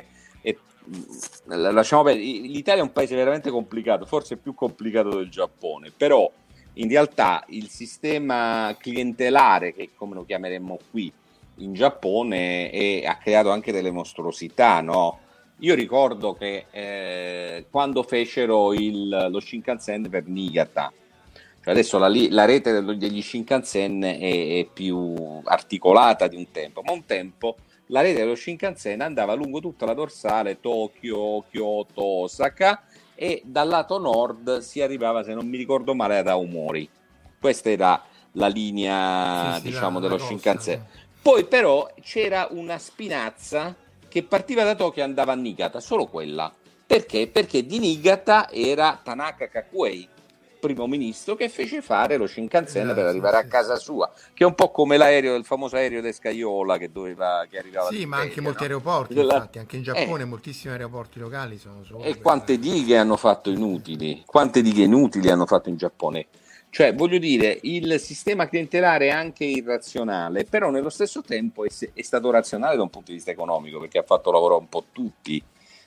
lasciamo perdere. L'Italia è un paese veramente complicato, forse più complicato del Giappone, però in realtà il sistema clientelare, che come lo chiameremmo qui in Giappone, ha creato anche delle mostruosità, no? Io ricordo che quando fecero lo Shinkansen per Niigata, cioè adesso la rete degli Shinkansen è più articolata di un tempo, ma un tempo la rete dello Shinkansen andava lungo tutta la dorsale Tokyo, Kyoto, Osaka, e dal lato nord si arrivava, se non mi ricordo male, ad Aomori. Questa era la linea, diciamo, dello Shinkansen. Poi però c'era una spinazza che partiva da Tokyo e andava a Niigata, solo quella. Perché? Perché di Niigata era Tanaka Kakuei, primo ministro, che fece fare lo Shinkansen per arrivare a casa sua, che è un po' come il famoso aereo di Scaiola che arrivava. Sì, ma anche molti aeroporti, infatti, anche in Giappone moltissimi aeroporti locali sono solo. E quante dighe hanno fatto inutili? Quante dighe inutili hanno fatto in Giappone? Cioè, voglio dire, il sistema clientelare è anche irrazionale, però nello stesso tempo è stato razionale da un punto di vista economico, perché ha fatto lavorare un po' tutti.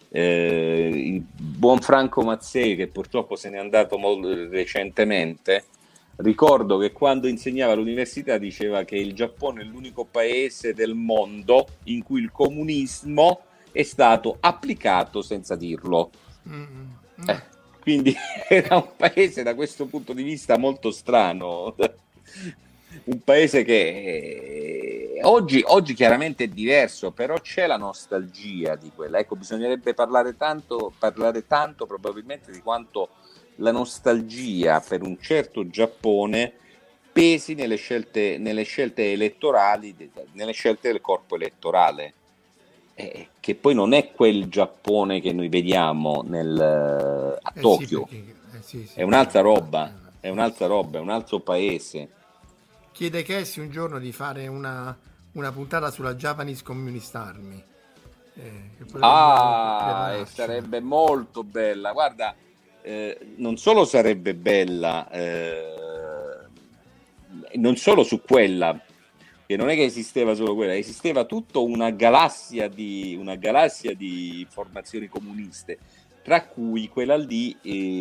Il buon Franco Mazzei, che purtroppo se n'è andato recentemente, ricordo che quando insegnava all'università diceva che il Giappone è l'unico paese del mondo in cui il comunismo è stato applicato senza dirlo. Quindi era un paese da questo punto di vista molto strano, un paese che oggi chiaramente è diverso, però c'è la nostalgia di quella. Ecco, bisognerebbe parlare tanto probabilmente di quanto la nostalgia per un certo Giappone pesi nelle scelte elettorali, nelle scelte del corpo elettorale. Che poi non è quel Giappone che noi vediamo a Tokyo, è un'altra roba, è un altro paese. Chiede Cassi un giorno di fare una puntata sulla Japanese Communist Army. Sarebbe molto bella, guarda, non solo sarebbe bella, non solo su quella, che non è che esisteva solo quella, esisteva tutta una galassia di formazioni comuniste, tra cui quella lì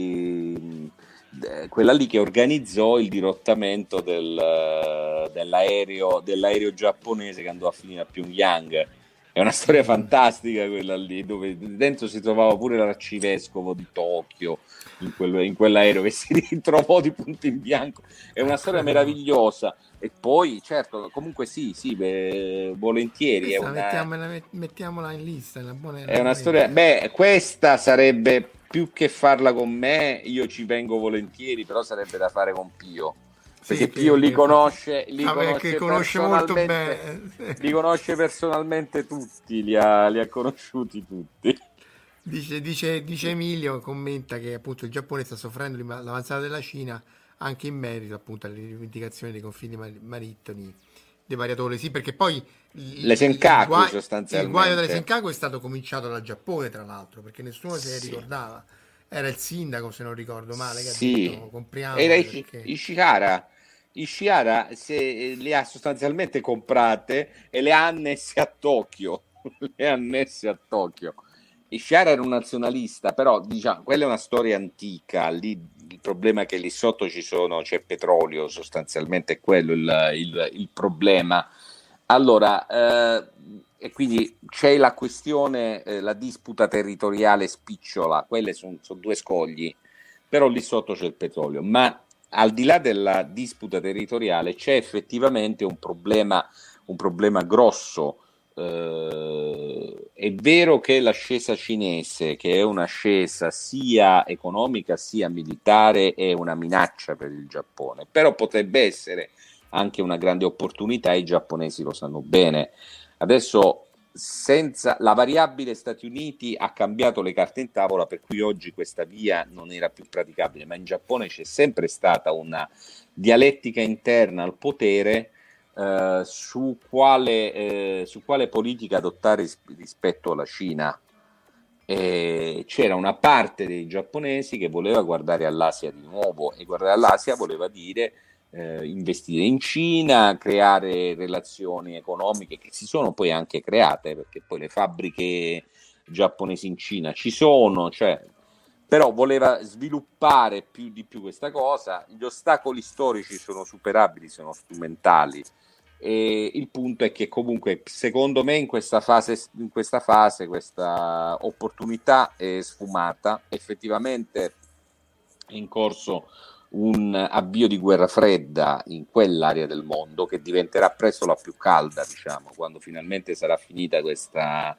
che organizzò il dirottamento dell'aereo giapponese che andò a finire a Pyongyang. È una storia fantastica quella lì, dove dentro si trovava pure l'arcivescovo di Tokyo in quell'aereo che si ritrovò di punto in bianco. È una storia meravigliosa. E poi, certo, comunque sì, volentieri. Mettiamola in lista. È una storia. Questa sarebbe, più che farla con me, io ci vengo volentieri, però sarebbe da fare con Pio. perché Pio li conosce molto bene. Li conosce personalmente tutti, li ha conosciuti tutti. Dice Emilio, commenta che appunto il Giappone sta soffrendo l'avanzata della Cina anche in merito appunto alle rivendicazioni dei confini marittimi dei variatori, sì, perché poi le Senkaku sostanzialmente. Il guaio delle Senkaku è stato cominciato dal Giappone, tra l'altro, perché nessuno se ne ricordava. Era il sindaco, se non ricordo male, che ha detto, compriamo. Era Ishihara se le ha sostanzialmente comprate e le ha annesse a Tokyo. Ishihara era un nazionalista, però diciamo, quella è una storia antica. Lì il problema è che lì sotto c'è petrolio, sostanzialmente è quello il problema. Allora, e quindi c'è la questione, la disputa territoriale spicciola, quelle sono due scogli, però lì sotto c'è il petrolio. Ma al di là della disputa territoriale c'è effettivamente un problema grosso. È vero che l'ascesa cinese, che è un'ascesa sia economica sia militare, è una minaccia per il Giappone, però potrebbe essere anche una grande opportunità, i giapponesi lo sanno bene. Adesso senza la variabile Stati Uniti ha cambiato le carte in tavola, per cui oggi questa via non era più praticabile, ma in Giappone c'è sempre stata una dialettica interna al potere su quale politica adottare rispetto alla Cina. C'era una parte dei giapponesi che voleva guardare all'Asia di nuovo, e guardare all'Asia voleva dire investire in Cina, creare relazioni economiche che si sono poi anche create, perché poi le fabbriche giapponesi in Cina ci sono, però voleva sviluppare più di più questa cosa. Gli ostacoli storici sono superabili, sono strumentali, e il punto è che comunque secondo me in questa fase questa opportunità è sfumata. Effettivamente è in corso un avvio di guerra fredda in quell'area del mondo, che diventerà presto la più calda, diciamo, quando finalmente sarà finita questa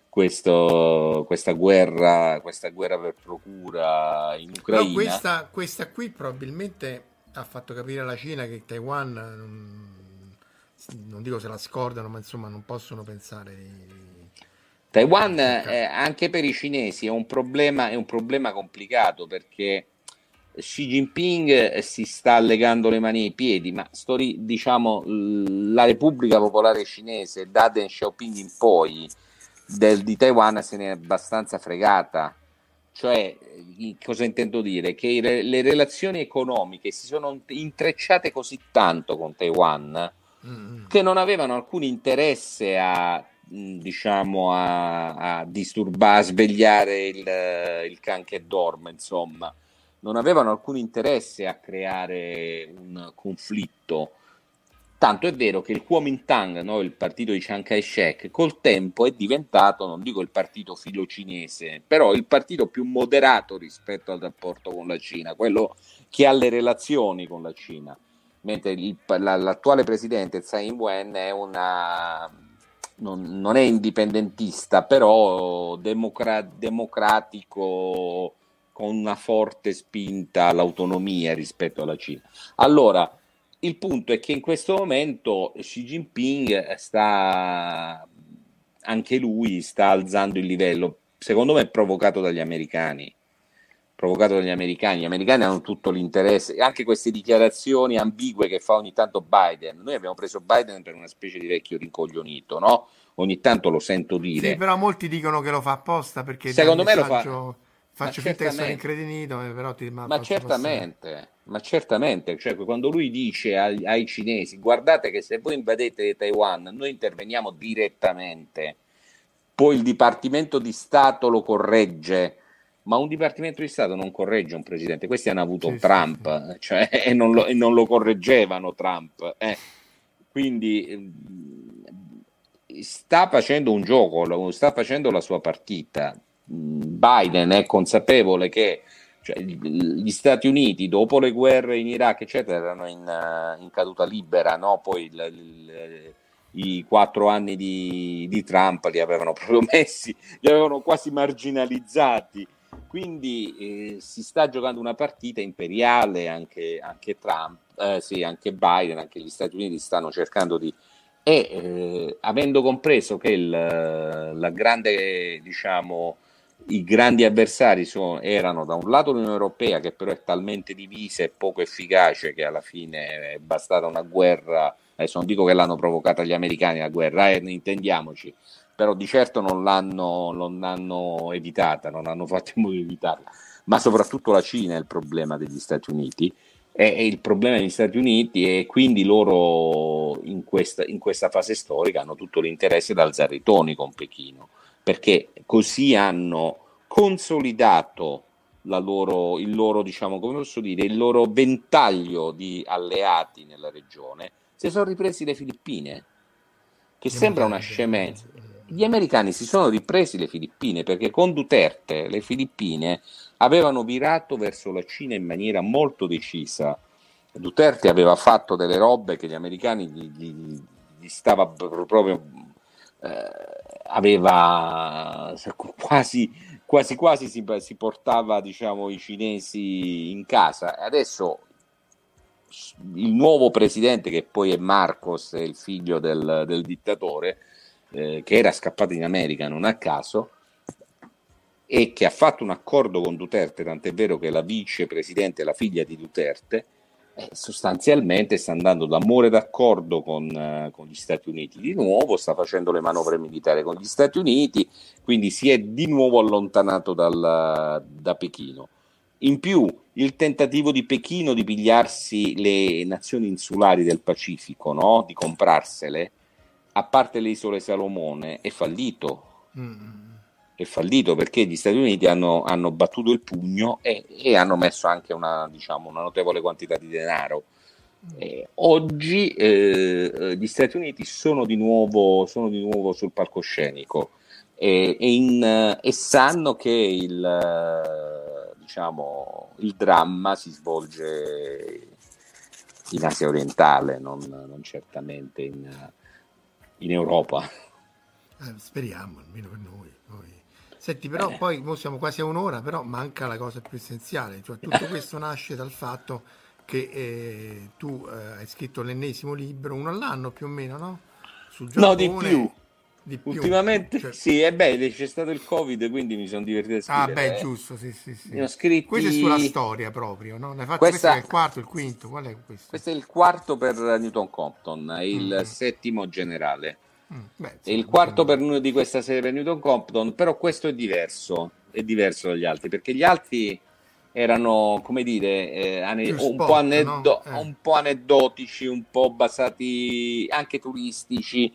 guerra per procura in Ucraina. Però questa qui probabilmente ha fatto capire alla Cina che Taiwan non dico se la scordano, ma insomma non possono pensare Taiwan anche per i cinesi è un problema complicato, perché Xi Jinping si sta legando le mani ai piedi, ma diciamo la Repubblica Popolare Cinese da Deng Xiaoping in poi di Taiwan se ne è abbastanza fregata. Cioè, cosa intendo dire? Che le relazioni economiche si sono intrecciate così tanto con Taiwan che non avevano alcun interesse a disturbare, a svegliare il can che dorme, insomma. Non avevano alcun interesse a creare un conflitto. Tanto è vero che il Kuomintang, no, il partito di Chiang Kai-shek, col tempo è diventato, non dico il partito filo-cinese, però il partito più moderato rispetto al rapporto con la Cina, quello che ha le relazioni con la Cina. Mentre l'attuale presidente Tsai Ing-wen è non è indipendentista, però democratico, con una forte spinta all'autonomia rispetto alla Cina. Allora, il punto è che in questo momento Xi Jinping anche lui sta alzando il livello, secondo me provocato dagli americani. Gli americani hanno tutto l'interesse, anche queste dichiarazioni ambigue che fa ogni tanto Biden. Noi abbiamo preso Biden per una specie di vecchio rincoglionito, no? Ogni tanto lo sento dire. Sì, però molti dicono che lo fa apposta, perché secondo me lo fa. Faccio finta che sono incredinito, però ma certamente, cioè quando lui dice ai cinesi: guardate che se voi invadete Taiwan noi interveniamo direttamente, poi il Dipartimento di Stato lo corregge. Ma un Dipartimento di Stato non corregge un presidente. Questi hanno avuto Trump. Cioè, e non lo correggevano Trump. Quindi sta facendo un gioco, sta facendo la sua partita. Biden è consapevole che gli Stati Uniti, dopo le guerre in Iraq, eccetera, erano in caduta libera, no? Poi i 4 anni di Trump li avevano proprio messi, li avevano quasi marginalizzati. Quindi si sta giocando una partita imperiale, anche Trump, anche Biden, anche gli Stati Uniti stanno cercando di... avendo compreso che la grande, diciamo, i grandi avversari erano da un lato l'Unione Europea, che però è talmente divisa e poco efficace che alla fine è bastata una guerra. Adesso non dico che l'hanno provocata gli americani la guerra, intendiamoci, però di certo non l'hanno evitata, non hanno fatto in modo di evitarla, ma soprattutto la Cina è il problema degli Stati Uniti, è il problema degli Stati Uniti, e quindi loro in questa fase storica hanno tutto l'interesse ad alzare i toni con Pechino, perché così hanno consolidato il loro, diciamo, come posso dire, il loro ventaglio di alleati nella regione. Si sono ripresi le Filippine, che sembra una scemenza. Gli americani si sono ripresi le Filippine perché con Duterte le Filippine avevano virato verso la Cina in maniera molto decisa. Duterte aveva fatto delle robe che gli americani gli stava proprio... aveva quasi si portava, diciamo, i cinesi in casa. Adesso il nuovo presidente, che poi è Marcos, è il figlio del dittatore, che era scappato in America non a caso, e che ha fatto un accordo con Duterte, tant'è vero che la vicepresidente è la figlia di Duterte, sostanzialmente sta andando d'amore d'accordo con gli Stati Uniti di nuovo, sta facendo le manovre militari con gli Stati Uniti, quindi si è di nuovo allontanato da Pechino. In più, il tentativo di Pechino di pigliarsi le nazioni insulari del Pacifico, no? Di comprarsele, a parte le isole Salomone, è fallito. È fallito perché gli Stati Uniti hanno battuto il pugno e hanno messo anche una notevole quantità di denaro. Oggi gli Stati Uniti sono di nuovo sul palcoscenico e sanno che il dramma si svolge in Asia orientale, non certamente in Europa. Speriamo, almeno per noi. Senti, però poi siamo quasi a un'ora, però manca la cosa più essenziale, cioè tutto questo nasce dal fatto che tu hai scritto l'ennesimo libro, uno all'anno più o meno, no? Sul Giappone. No, di più. Ultimamente cioè... sì, c'è stato il Covid, quindi mi sono divertito a scrivere. Giusto, sì. Ne ho scritti... Questo è sulla storia proprio, no? Questo è il quarto, il quinto, qual è questo? Questo è il quarto per Newton Compton, è il settimo generale. È il quarto di questa serie per Newton Compton, però questo è diverso dagli altri, perché gli altri erano, come dire, un po' aneddotici, un po' basati anche turistici.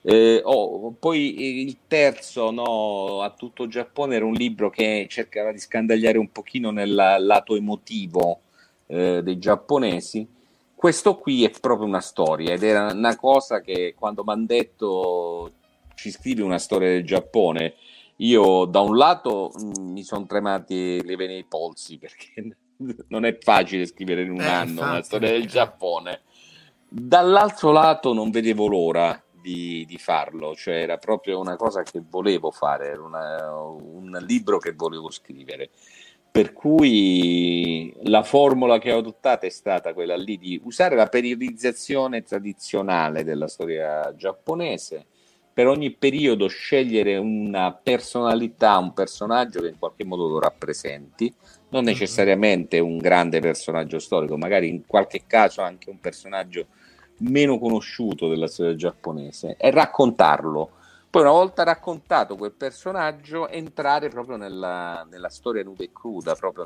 Poi il terzo, no, a tutto Giappone, era un libro che cercava di scandagliare un pochino nel lato emotivo dei giapponesi. Questo qui è proprio una storia, ed era una cosa che quando mi hanno detto ci scrivi una storia del Giappone, io da un lato mi sono tremati le vene ai polsi, perché non è facile scrivere in un anno una storia del Giappone. Dall'altro lato non vedevo l'ora di farlo, cioè era proprio una cosa che volevo fare, era un libro che volevo scrivere. Per cui la formula che ho adottata è stata quella lì di usare la periodizzazione tradizionale della storia giapponese, per ogni periodo scegliere una personalità, un personaggio che in qualche modo lo rappresenti, non necessariamente un grande personaggio storico, magari in qualche caso anche un personaggio meno conosciuto della storia giapponese, e raccontarlo. Poi una volta raccontato quel personaggio, entrare proprio nella storia nuda e cruda, proprio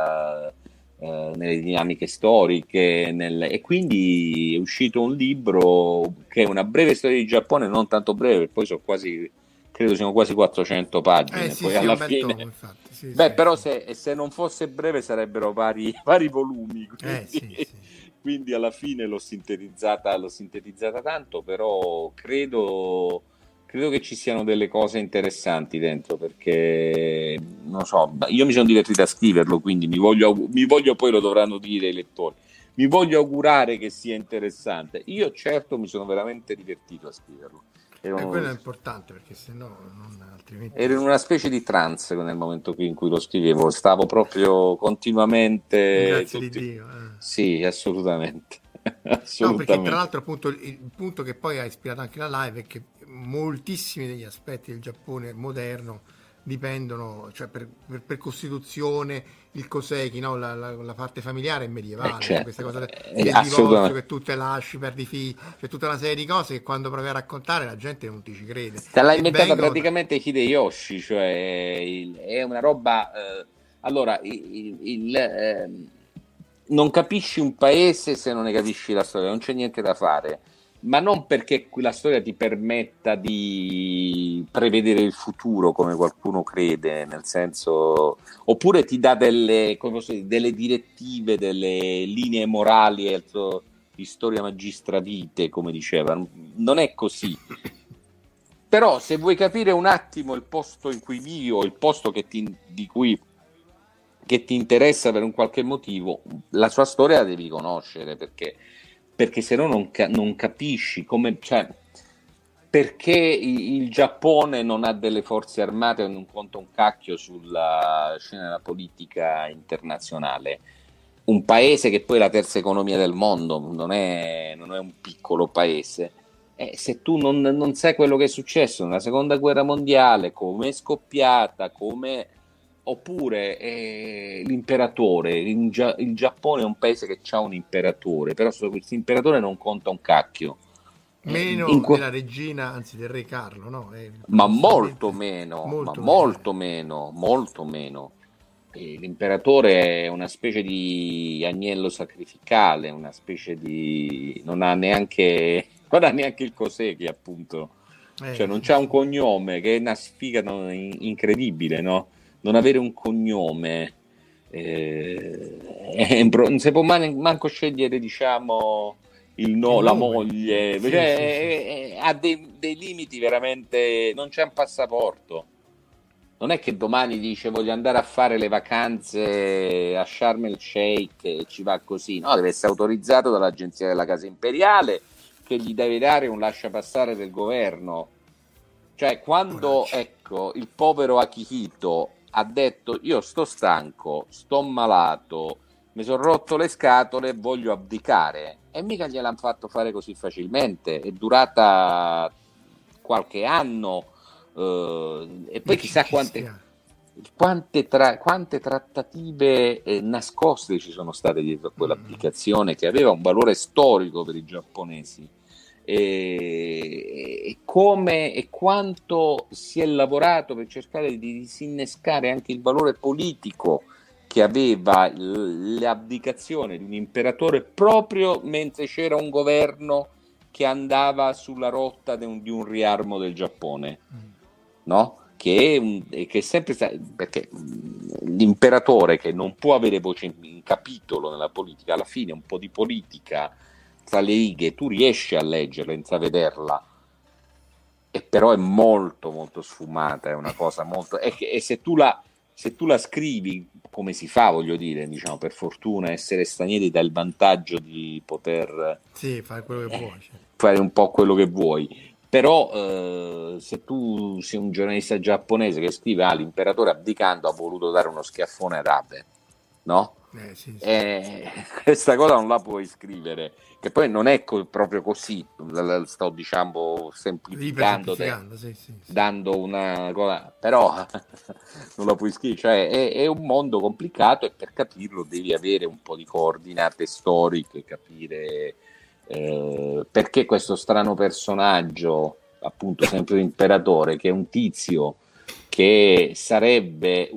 nelle dinamiche storiche, e quindi è uscito un libro che è una breve storia di Giappone, non tanto breve, poi credo siano quasi 400 pagine, poi alla fine. Tomo, però se non fosse breve sarebbero vari volumi, quindi alla fine l'ho sintetizzata tanto, però credo che ci siano delle cose interessanti dentro, perché non so, io mi sono divertito a scriverlo, quindi mi voglio, poi lo dovranno dire i lettori, mi voglio augurare che sia interessante. Io certo mi sono veramente divertito a scriverlo, quello è importante, perché sennò altrimenti... Ero in una specie di trance nel momento in cui lo scrivevo, stavo proprio continuamente... Grazie di Dio. Sì, assolutamente. No, perché tra l'altro appunto il punto che poi ha ispirato anche la live è che moltissimi degli aspetti del Giappone moderno dipendono, cioè per costituzione, il Koseki, no? la parte familiare è medievale, certo. Questa cosa del divorzio, che tu te lasci, perdi figli, c'è tutta una serie di cose che quando provi a raccontare la gente non ti ci crede. Te l'ha inventata praticamente Hideyoshi, cioè è una roba... allora, non capisci un paese se non ne capisci la storia, non c'è niente da fare, ma non perché la storia ti permetta di prevedere il futuro come qualcuno crede, nel senso, oppure ti dà delle direttive, delle linee morali di storia magistra vitae, come diceva. Non è così. Però se vuoi capire un attimo il posto in cui vivi o il posto che ti interessa per un qualche motivo, la sua storia la devi conoscere, perché se no non capisci come, cioè, perché il Giappone non ha delle forze armate e non conta un cacchio sulla scena della politica internazionale. Un paese che poi è la terza economia del mondo, non è un piccolo paese. Se tu non sai quello che è successo nella seconda guerra mondiale, come è scoppiata, oppure l'imperatore, il Giappone è un paese che ha un imperatore, però questo imperatore non conta un cacchio. Meno della regina, anzi del re Carlo, no? Ma molto meno. L'imperatore è una specie di agnello sacrificale, una specie di... non ha neanche il Koseki, appunto. Cioè non c'ha un cognome, che è una sfiga incredibile, no? Non avere un cognome, non si può manco scegliere, diciamo, la moglie, cioè, ha dei limiti veramente. Non c'è un passaporto, non è che domani dice voglio andare a fare le vacanze a Sharm el Sheikh e ci va così, no, deve essere autorizzato dall'agenzia della casa imperiale, che gli deve dare un lasciapassare del governo. Cioè, quando il povero Akihito ha detto io sto stanco, sto malato, mi sono rotto le scatole, voglio abdicare, e mica gliel'hanno fatto fare così facilmente, è durata qualche anno, e poi chissà quante trattative nascoste ci sono state dietro a quell'abdicazione, che aveva un valore storico per i giapponesi. E come e quanto si è lavorato per cercare di disinnescare anche il valore politico che aveva l'abdicazione di un imperatore, proprio mentre c'era un governo che andava sulla rotta di un riarmo del Giappone, no? Che è sempre stato, perché l'imperatore, che non può avere voce in capitolo nella politica, alla fine un po' di politica tra le righe tu riesci a leggerla, a intravederla, e però è molto molto sfumata, è una cosa molto, e se tu la scrivi come si fa, voglio dire, diciamo, per fortuna essere stranieri dà il vantaggio di poter fare quello che vuoi, fare un po' quello che vuoi, però se tu sei un giornalista giapponese che scrive l'imperatore abdicando ha voluto dare uno schiaffone ad Abe, no? Questa cosa non la puoi scrivere, che poi non è proprio così, sto diciamo semplificando, dando una cosa, però non la puoi scrivere, cioè è un mondo complicato, e per capirlo devi avere un po' di coordinate storiche, capire perché questo strano personaggio, appunto sempre l'imperatore, che è un tizio che sarebbe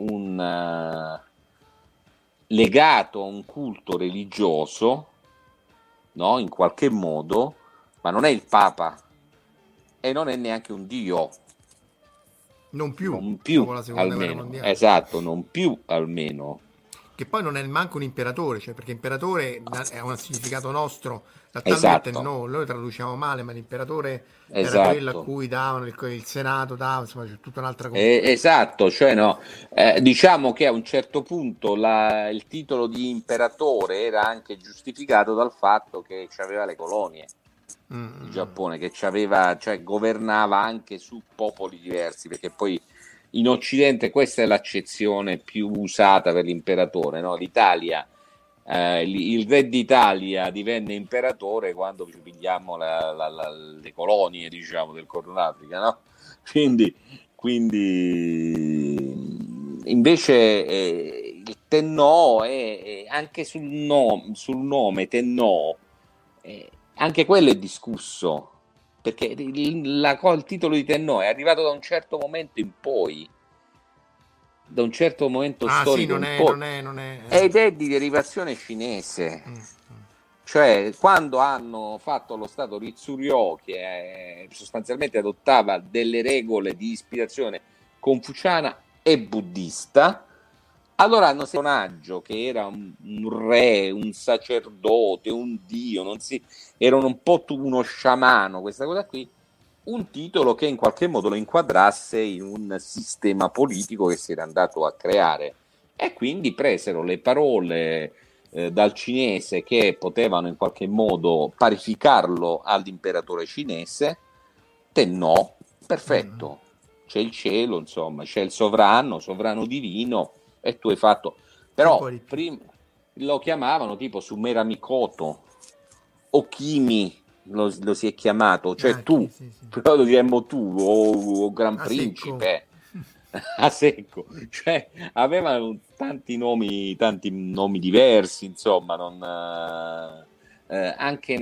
legato a un culto religioso, no? In qualche modo, ma non è il Papa e non è neanche un dio. Non più almeno. Esatto, non più almeno. Che poi non è manco un imperatore, cioè, perché imperatore è un significato nostro, esatto. Noi traduciamo male, ma l'imperatore era quello a cui davano il Senato, insomma, c'è tutta un'altra cosa. Esatto, cioè no, diciamo che a un certo punto il titolo di imperatore era anche giustificato dal fatto che aveva le colonie, il Giappone, che cioè governava anche su popoli diversi, perché poi in Occidente questa è l'accezione più usata per l'imperatore, no? L'Italia, il re d'Italia divenne imperatore quando ci pigliamo le colonie, diciamo, del Corno d'Africa, no? Quindi invece il Tenno è anche sul nome Tenno, anche quello è discusso, perché il titolo di Tenno è arrivato da un certo momento in poi, da un certo momento storico sì, non è ed è di derivazione cinese. Cioè, quando hanno fatto lo Stato Ritsuryo, che sostanzialmente adottava delle regole di ispirazione confuciana e buddista, allora hanno un personaggio che era un re, un sacerdote, un dio, erano un po' uno sciamano, questa cosa qui, un titolo che in qualche modo lo inquadrasse in un sistema politico che si era andato a creare, e quindi presero le parole dal cinese che potevano in qualche modo parificarlo all'imperatore cinese. Tenno, perfetto, c'è il cielo, insomma, c'è il sovrano divino, e tu hai fatto, però prima lo chiamavano tipo Sumera Mikoto o Kimi, lo si è chiamato, cioè tu, però lo chiamo tu, o Gran Principe a secco, cioè avevano tanti nomi diversi, insomma, anche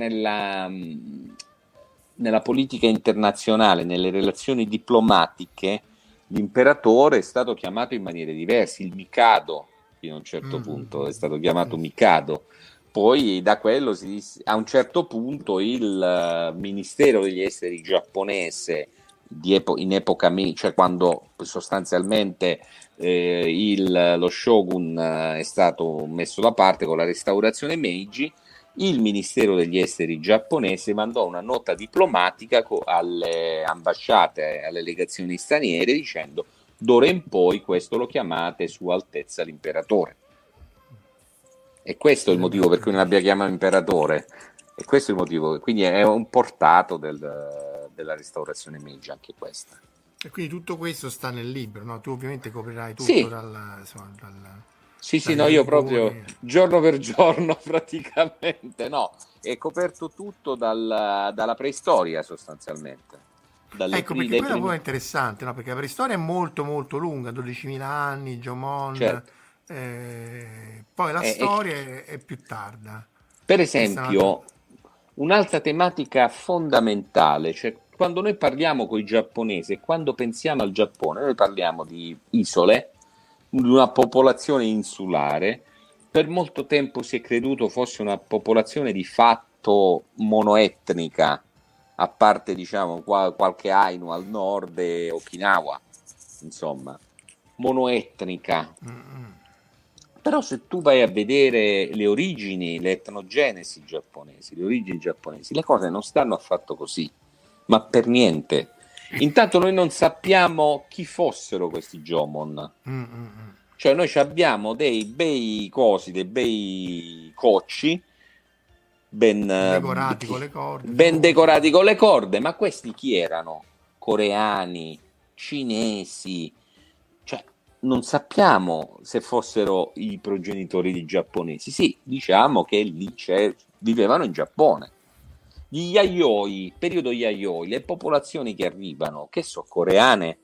nella politica internazionale, nelle relazioni diplomatiche, l'imperatore è stato chiamato in maniere diverse, il Mikado fino a un certo punto è stato chiamato Mikado, poi da quello a un certo punto il Ministero degli Esteri giapponese in epoca Meiji, cioè quando sostanzialmente lo shogun è stato messo da parte con la restaurazione Meiji, il Ministero degli Esteri giapponese mandò una nota diplomatica alle ambasciate, alle legazioni straniere, dicendo: d'ora in poi questo lo chiamate Sua Altezza l'Imperatore. E questo è il motivo per cui non abbia chiamato imperatore, e questo è il motivo, quindi è un portato della restaurazione Meiji anche questa. E quindi tutto questo sta nel libro, no? Tu ovviamente coprirai tutto sì. Sì, no, io proprio giorno per giorno praticamente, no, è coperto tutto dalla preistoria sostanzialmente. Ecco, perché quella poi è interessante, no? Perché la preistoria è molto molto lunga, 12.000 anni, Jomon, certo. Poi la storia è più tarda. Per esempio, un'altra tematica fondamentale, cioè quando noi parliamo con i giapponesi e quando pensiamo al Giappone, noi parliamo di isole, di una popolazione insulare. Per molto tempo si è creduto fosse una popolazione di fatto monoetnica, a parte diciamo qualche Ainu al nord e Okinawa, insomma, monoetnica. Però se tu vai a vedere le origini, le etnogenesi giapponesi, le origini giapponesi, le cose non stanno affatto così, ma per niente. Intanto noi non sappiamo chi fossero questi Jomon. Cioè noi abbiamo dei bei cosi, dei bei cocci ben decorati con le corde, ma questi chi erano? Coreani, cinesi, cioè non sappiamo se fossero i progenitori di giapponesi. Sì, diciamo che lì vivevano in Giappone. Gli Yayoi, periodo Yayoi, le popolazioni che arrivano, che sono coreane.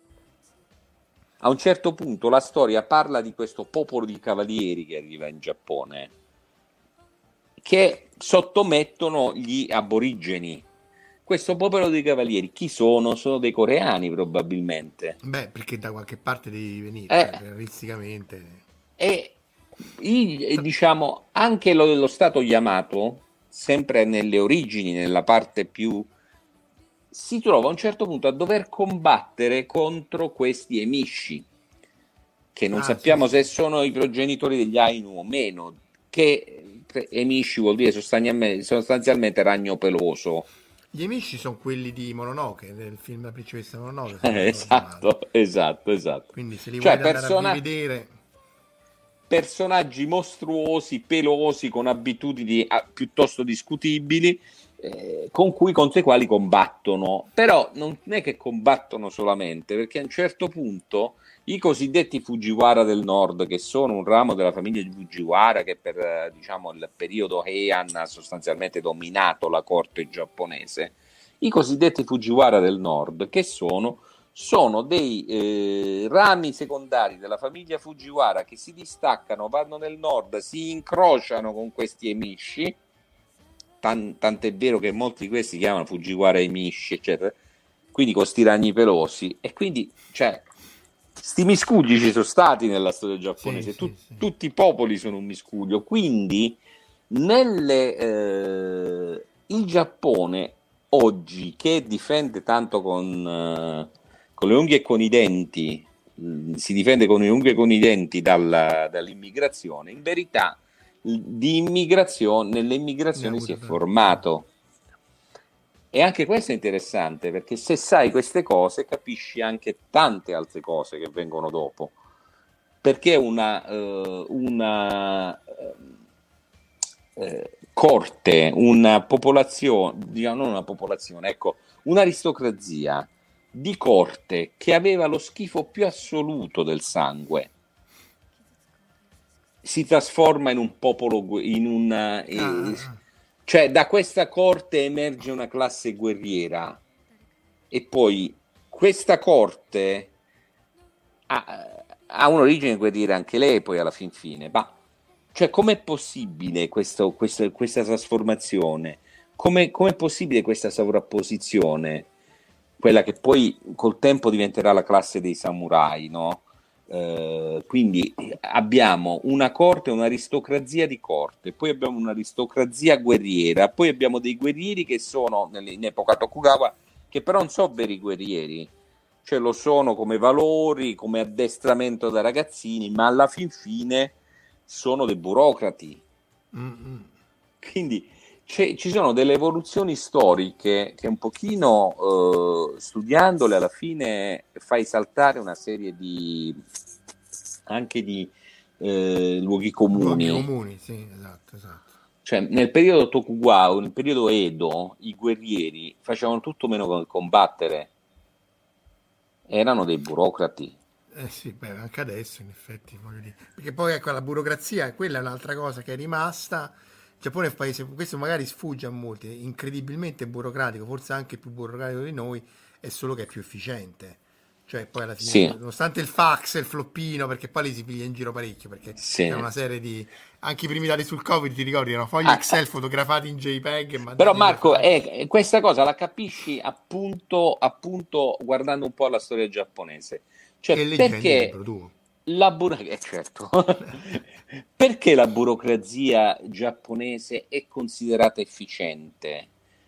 A un certo punto la storia parla di questo popolo di cavalieri che arriva in Giappone, che sottomettono gli aborigeni. Questo popolo di cavalieri chi sono? Sono dei coreani probabilmente. Beh, perché da qualche parte devi venire, realisticamente. E diciamo anche lo stato Yamato, sempre nelle origini, nella parte più, si trova a un certo punto a dover combattere contro questi Emishi, che non sappiamo se sono i progenitori degli Ainu o meno, che Emishi vuol dire sostanzialmente ragno peloso. Gli Emishi sono quelli di Mononoke, del film La principessa Mononoke. Esatto. Quindi se li vuoi andare a rivedere... Personaggi mostruosi, pelosi, con abitudini piuttosto discutibili, contro i quali combattono, però non è che combattono solamente, perché a un certo punto i cosiddetti Fujiwara del Nord, che sono un ramo della famiglia di Fujiwara che per diciamo il periodo Heian ha sostanzialmente dominato la corte giapponese, i cosiddetti Fujiwara del Nord, che sono dei rami secondari della famiglia Fujiwara che si distaccano, vanno nel nord, si incrociano con questi emishi, tant'è vero che molti di questi si chiamano Fujiwara emishi, eccetera, quindi con sti ragni pelosi, e quindi, cioè, sti miscugli ci sono stati nella storia giapponese, sì. Tutti i popoli sono un miscuglio, quindi il Giappone oggi, che difende tanto con le unghie e con i denti, si difende con le unghie e con i denti dall'immigrazione, in verità nelle immigrazioni si è formato. E anche questo è interessante, perché se sai queste cose capisci anche tante altre cose che vengono dopo, perché una corte, una popolazione, diciamo, non una popolazione, ecco, un'aristocrazia di corte che aveva lo schifo più assoluto del sangue si trasforma in un popolo, cioè da questa corte emerge una classe guerriera, e poi questa corte ha un'origine guerriera anche lei, poi alla fin fine, ma cioè com'è possibile questa trasformazione? Com'è possibile questa sovrapposizione? Quella che poi col tempo diventerà la classe dei samurai, no? Quindi abbiamo una corte, un'aristocrazia di corte, poi abbiamo un'aristocrazia guerriera, poi abbiamo dei guerrieri che sono in epoca Tokugawa, che però non sono veri guerrieri, cioè lo sono come valori, come addestramento da ragazzini, ma alla fin fine sono dei burocrati. Quindi ci sono delle evoluzioni storiche che un pochino studiandole alla fine fai saltare una serie anche di luoghi comuni. Luoghi comuni, sì, esatto. Cioè nel periodo Tokugawa, nel periodo Edo, i guerrieri facevano tutto meno che combattere, erano dei burocrati. Sì, beh, anche adesso in effetti, voglio dire. Perché poi ecco, la burocrazia, quella è un'altra cosa che è rimasta. Il Giappone è un paese, questo magari sfugge a molti, è incredibilmente burocratico, forse anche più burocratico di noi, è solo che è più efficiente. Cioè poi alla fine, Sì. nonostante il fax e il floppino, perché poi li si piglia in giro parecchio, perché c'è una serie di... Anche i primi dati sul Covid, ti ricordi, erano fogli Excel fotografati in JPEG. Però Marco, questa cosa la capisci appunto guardando un po' la storia giapponese. Cioè, perché certo. Perché la burocrazia giapponese è considerata efficiente?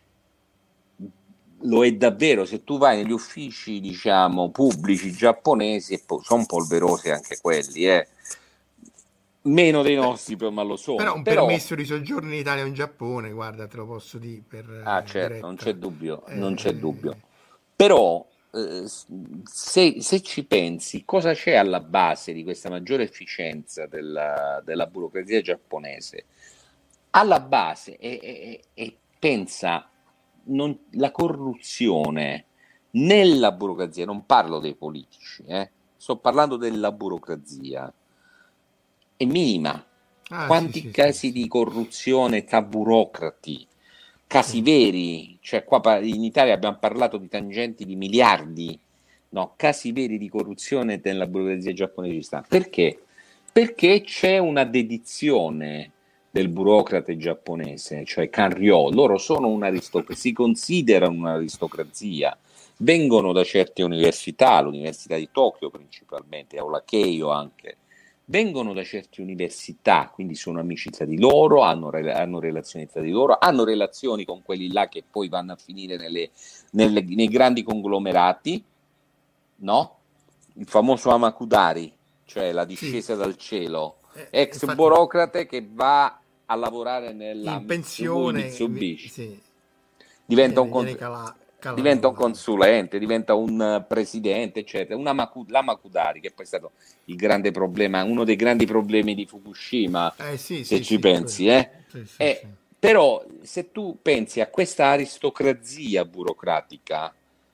Lo è davvero, se tu vai negli uffici, diciamo, pubblici giapponesi, sono polverosi anche quelli, meno dei nostri, ma lo sono. Però un permesso di soggiorno in Italia o in Giappone, guarda, te lo posso dire. Certo, diretta. non c'è dubbio. Però se ci pensi, cosa c'è alla base di questa maggiore efficienza della burocrazia giapponese? Alla base pensa la corruzione nella burocrazia, non parlo dei politici, sto parlando della burocrazia, è minima. Quanti casi di corruzione tra burocrati, casi veri, cioè qua in Italia abbiamo parlato di tangenti di miliardi, no, casi veri di corruzione nella burocrazia giapponese ci sta. Perché? Perché c'è una dedizione del burocrate giapponese, cioè Kanryo, loro sono si considerano un'aristocrazia, vengono da certe università, l'università di Tokyo principalmente, Aula Keio anche, vengono da certe università, quindi sono amici tra di loro, hanno relazioni tra di loro, hanno relazioni con quelli là che poi vanno a finire nei grandi conglomerati, no? Il famoso Amakudari, cioè la discesa dal cielo, ex burocrate che va a lavorare nella pensione Mitsubishi, diventa un consulente, diventa un presidente, eccetera. L'Amakudari, che poi è stato il grande problema, uno dei grandi problemi di Fukushima, se ci pensi, Però se tu pensi a questa aristocrazia burocratica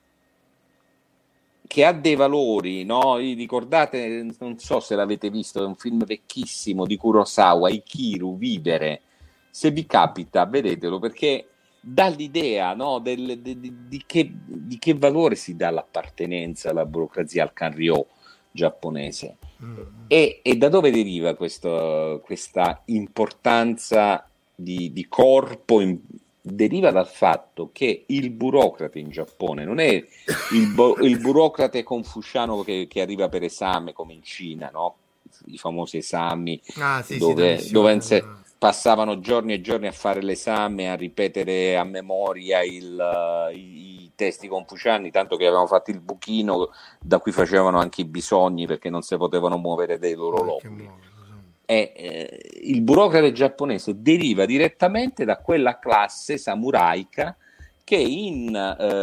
che ha dei valori, no? Ricordate, non so se l'avete visto, è un film vecchissimo di Kurosawa, Ikiru, Vivere. Se vi capita, vedetelo, perché dà l'idea, no, di che valore si dà all'appartenenza alla burocrazia, al Kanryo giapponese. E da dove deriva questa importanza di corpo? Deriva dal fatto che il burocrate in Giappone non è il burocrate confuciano che arriva per esame come in Cina, no? I famosi esami dove passavano giorni e giorni a fare l'esame, a ripetere a memoria i testi confuciani, tanto che avevano fatto il buchino da cui facevano anche i bisogni perché non si potevano muovere dai loro lotti. Il burocrate giapponese deriva direttamente da quella classe samuraica che in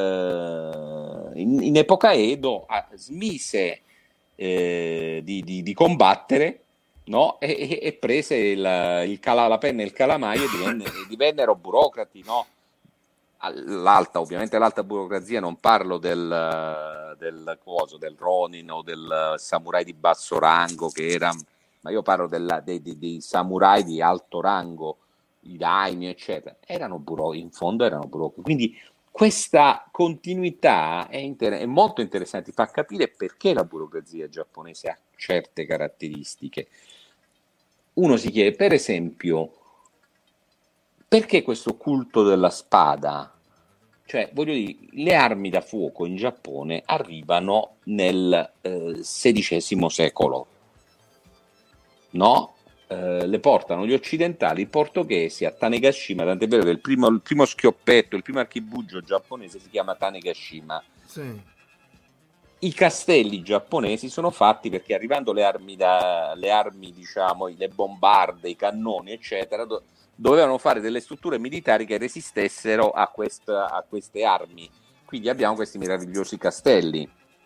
epoca Edo smise di combattere, no? E prese la penna e il calamaio e divennero burocrati, no? Ovviamente l'alta burocrazia, non parlo del Ronin o del samurai di basso rango che era, ma io parlo dei samurai di alto rango, i daimi, eccetera. In fondo erano burocrati. Quindi questa continuità è molto interessante, fa capire perché la burocrazia giapponese ha certe caratteristiche. Uno si chiede, per esempio, perché questo culto della spada? Cioè, voglio dire, le armi da fuoco in Giappone arrivano nel XVI secolo. No? Le portano gli occidentali, i portoghesi a Tanegashima, tant'è vero che il primo schioppetto, il primo archibugio giapponese si chiama Tanegashima. Sì. I castelli giapponesi sono fatti perché arrivando le armi diciamo, le bombarde, i cannoni, eccetera, dovevano fare delle strutture militari che resistessero a queste armi. Quindi abbiamo questi meravigliosi castelli.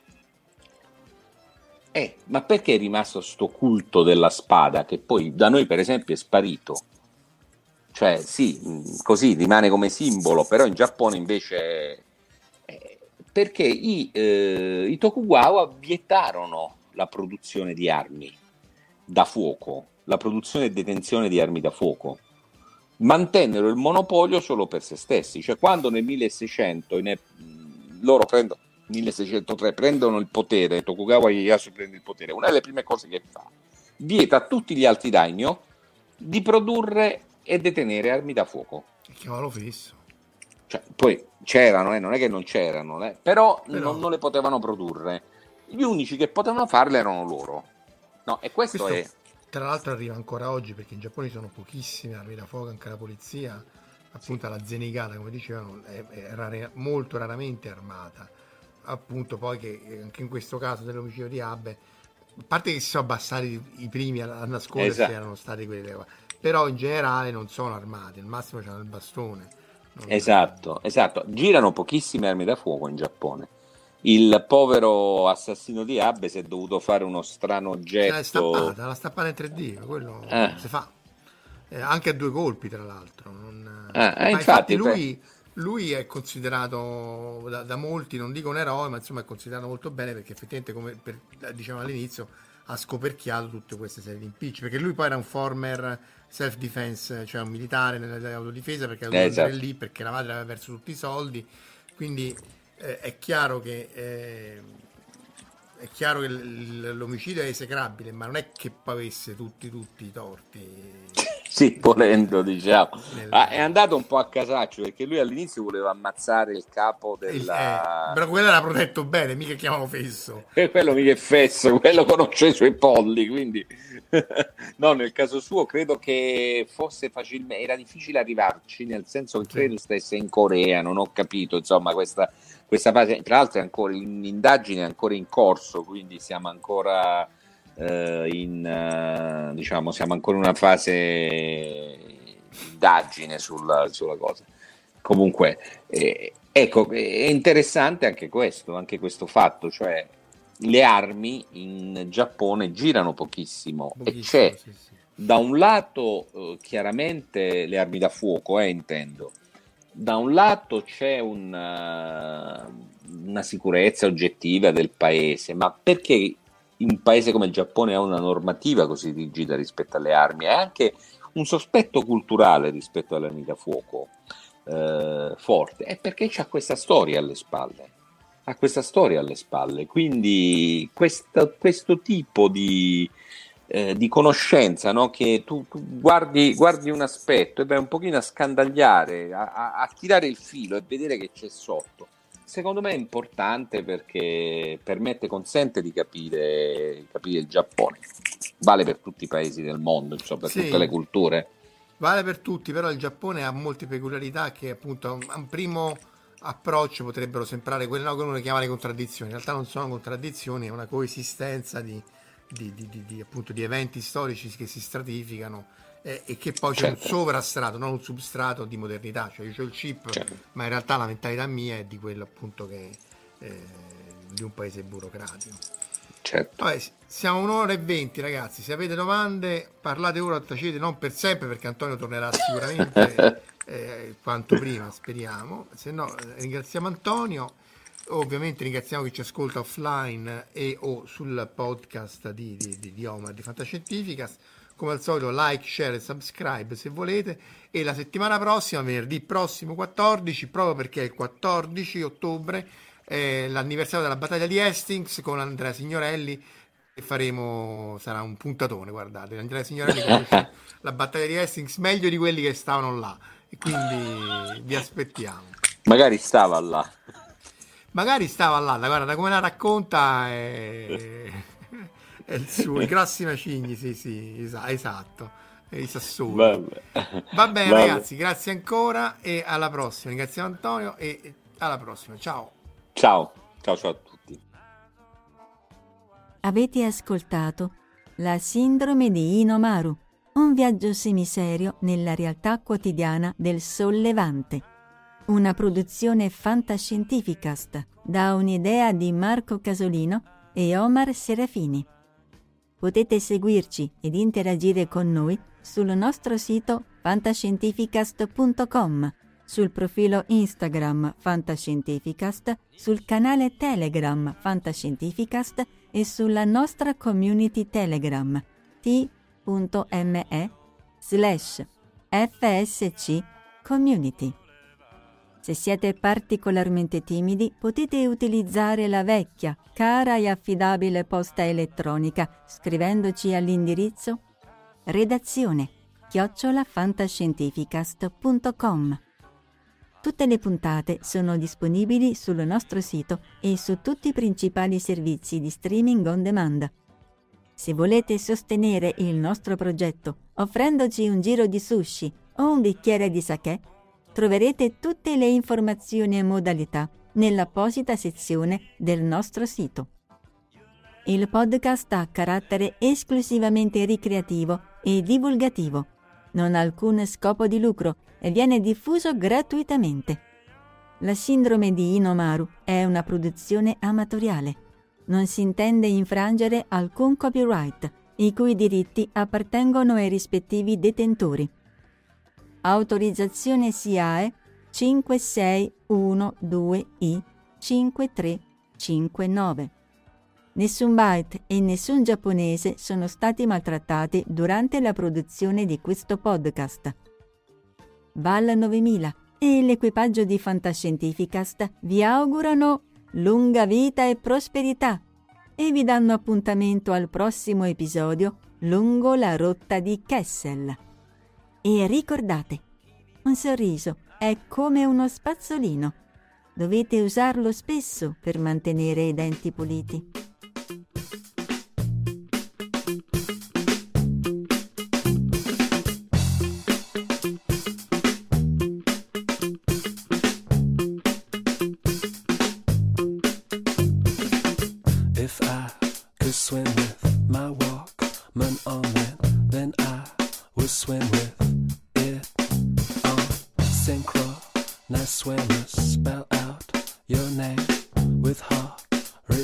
Ma perché è rimasto sto culto della spada che poi da noi per esempio è sparito? Cioè sì, così rimane come simbolo, però in Giappone invece perché i Tokugawa vietarono la produzione di armi da fuoco, la produzione e detenzione di armi da fuoco. Mantennero il monopolio solo per se stessi, cioè quando nel 1600 loro 1603 prendono il potere, Tokugawa Ieyasu prende il potere, una delle prime cose che fa, vieta a tutti gli altri daimyo di produrre e detenere armi da fuoco. Che cavolo fisso. Cioè, poi c'erano, non è che non c'erano, però non le potevano produrre. Gli unici che potevano farle erano loro. No, e questo è... Tra l'altro arriva ancora oggi, perché in Giappone sono pochissime armi da fuoco, anche la polizia, appunto la Zenigata, come dicevano, è molto raramente armata. Appunto poi che anche in questo caso dell'omicidio di Abe, a parte che si sono abbassati i primi a nascondersi, erano stati quelli, però in generale non sono armati, al massimo c'hanno il bastone. Esatto, girano pochissime armi da fuoco in Giappone. Il povero assassino di Abe si è dovuto fare uno strano oggetto, la stampata in 3D, quello si fa anche a 2 colpi tra l'altro, infatti lui è considerato da molti, non dico un eroe, ma insomma è considerato molto bene, perché effettivamente, come dicevamo all'inizio, ha scoperchiato tutte queste serie di impicci, perché lui poi era un former self-defense, cioè un militare nell'autodifesa, perché aveva dovuto andare lì perché la madre aveva perso tutti i soldi, quindi è chiaro che l'omicidio è esecrabile, ma non è che poi avesse tutti i torti. Sì, volendo, diciamo. È andato un po' a casaccio, perché lui all'inizio voleva ammazzare il capo però quello era protetto bene, mica chiamano fesso. Quello mica è fesso, quello conosce i suoi polli, quindi... No, nel caso suo credo che fosse era difficile arrivarci, nel senso che credo stesse in Corea, non ho capito, insomma, questa fase, tra l'altro l'indagine è ancora in corso, quindi siamo ancora... siamo ancora in una fase di indagine sulla cosa. Comunque ecco, è interessante anche questo fatto, cioè le armi in Giappone girano pochissimo e c'è Da un lato chiaramente le armi da fuoco, intendo. Da un lato c'è una sicurezza oggettiva del paese, ma perché un paese come il Giappone ha una normativa così rigida rispetto alle armi? È anche un sospetto culturale rispetto alle armi da fuoco forte, è perché c'ha questa storia alle spalle. Quindi questo tipo di conoscenza, no? Che tu guardi un aspetto e vai un pochino a scandagliare, a tirare il filo e vedere che c'è sotto. Secondo me è importante perché consente di capire il Giappone. Vale per tutti i paesi del mondo, insomma, per tutte le culture. Vale per tutti, però il Giappone ha molte peculiarità che appunto a un primo approccio potrebbero sembrare quelle che uno chiama le contraddizioni. In realtà non sono contraddizioni, è una coesistenza di eventi storici che si stratificano e che poi c'è un sovrastrato, non un substrato di modernità. Cioè io ho il chip, ma in realtà la mentalità mia è di quello appunto che di un paese burocratico. Certo. Vabbè, siamo 1:20, ragazzi. Se avete domande parlate ora, tacete, non per sempre, perché Antonio tornerà sicuramente quanto prima, speriamo. Se no ringraziamo Antonio. Ovviamente ringraziamo chi ci ascolta offline o sul podcast di Omar di Fantascientificast. Come al solito like, share e subscribe se volete, e la settimana prossima, venerdì prossimo 14, proprio perché è il 14 ottobre, l'anniversario della battaglia di Hastings, con Andrea Signorelli, e sarà un puntatone, guardate, Andrea Signorelli conosce la battaglia di Hastings meglio di quelli che stavano là, e quindi vi aspettiamo. Magari stava là, guarda, come la racconta è il suo, i grassi macigni, sì, esatto, i Sassoni. Va bene ragazzi, grazie ancora e alla prossima. Ringraziamo Antonio e alla prossima, ciao a tutti. Avete ascoltato La sindrome di Inomaru, un viaggio semiserio nella realtà quotidiana del Sollevante, una produzione Fantascientificast da un'idea di Marco Casolino e Omar Serafini. Potete seguirci ed interagire con noi sul nostro sito fantascientificast.com, sul profilo Instagram Fantascientificast, sul canale Telegram Fantascientificast e sulla nostra community Telegram t.me/FSC Community. Se siete particolarmente timidi, potete utilizzare la vecchia, cara e affidabile posta elettronica scrivendoci all'indirizzo redazione@fantascientificast.com. Tutte le puntate sono disponibili sul nostro sito e su tutti i principali servizi di streaming on demand. Se volete sostenere il nostro progetto offrendoci un giro di sushi o un bicchiere di sake, troverete tutte le informazioni e modalità nell'apposita sezione del nostro sito. Il podcast ha carattere esclusivamente ricreativo e divulgativo, non ha alcun scopo di lucro e viene diffuso gratuitamente. La sindrome di Inomaru è una produzione amatoriale. Non si intende infrangere alcun copyright, i cui diritti appartengono ai rispettivi detentori. Autorizzazione SIAE 5612I5359. Nessun byte e nessun giapponese sono stati maltrattati durante la produzione di questo podcast. Val 9000 e l'equipaggio di Fantascientificast vi augurano lunga vita e prosperità e vi danno appuntamento al prossimo episodio lungo la rotta di Kessel. E ricordate, un sorriso è come uno spazzolino. Dovete usarlo spesso per mantenere i denti puliti. If I could swim with my Walkman on it, then I would swim with it on synchro. Now swimmers, spell out your name with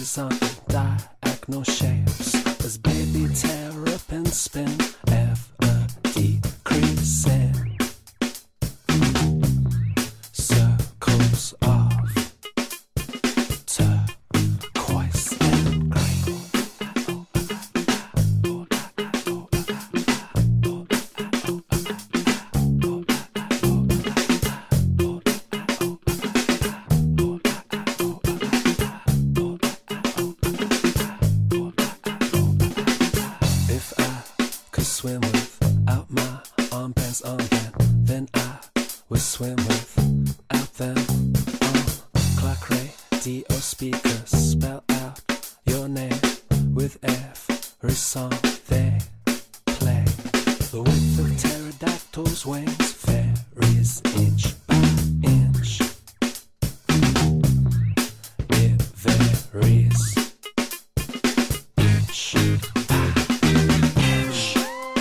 horizontal diagonal shapes as baby tear up and spin F song they play. The width of pterodactyls' wings varies inch by inch. It varies inch by inch.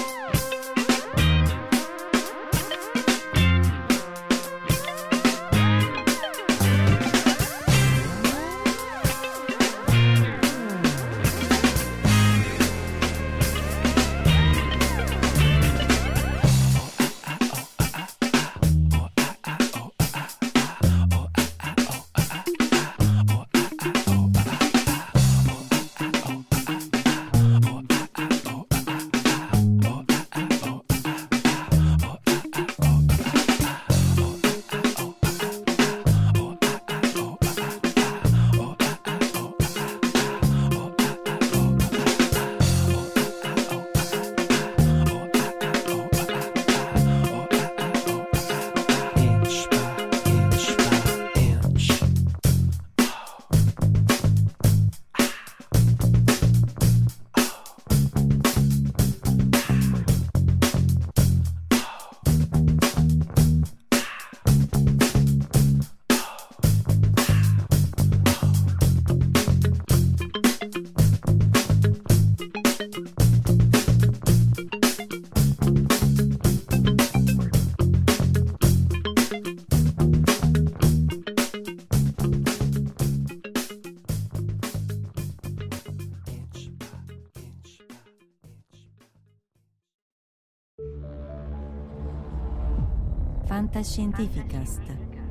Fantascientificast.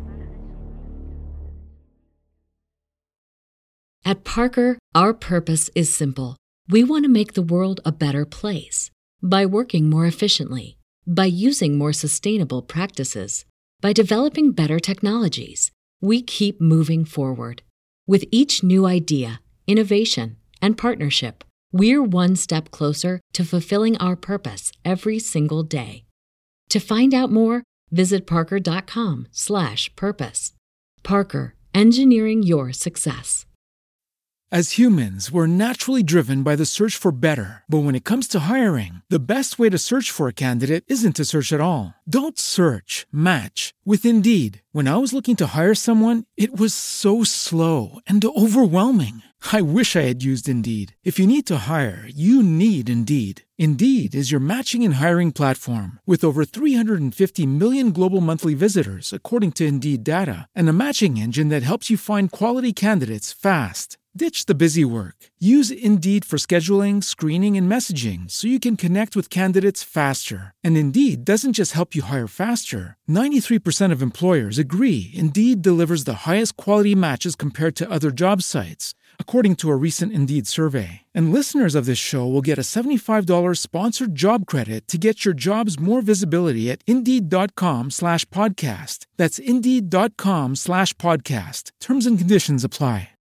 At Parker, our purpose is simple. We want to make the world a better place by working more efficiently, by using more sustainable practices, by developing better technologies. We keep moving forward. With each new idea, innovation, and partnership, we're one step closer to fulfilling our purpose every single day. To find out more, visit parker.com/purpose. Parker, engineering your success. As humans, we're naturally driven by the search for better. But when it comes to hiring, the best way to search for a candidate isn't to search at all. Don't search, match with Indeed. When I was looking to hire someone, it was so slow and overwhelming. I wish I had used Indeed. If you need to hire, you need Indeed. Indeed is your matching and hiring platform with over 350 million global monthly visitors, according to Indeed data, and a matching engine that helps you find quality candidates fast. Ditch the busy work. Use Indeed for scheduling, screening, and messaging so you can connect with candidates faster. And Indeed doesn't just help you hire faster. 93% of employers agree Indeed delivers the highest quality matches compared to other job sites, according to a recent Indeed survey. And listeners of this show will get a $75 sponsored job credit to get your jobs more visibility at Indeed.com/podcast. That's Indeed.com/podcast. Terms and conditions apply.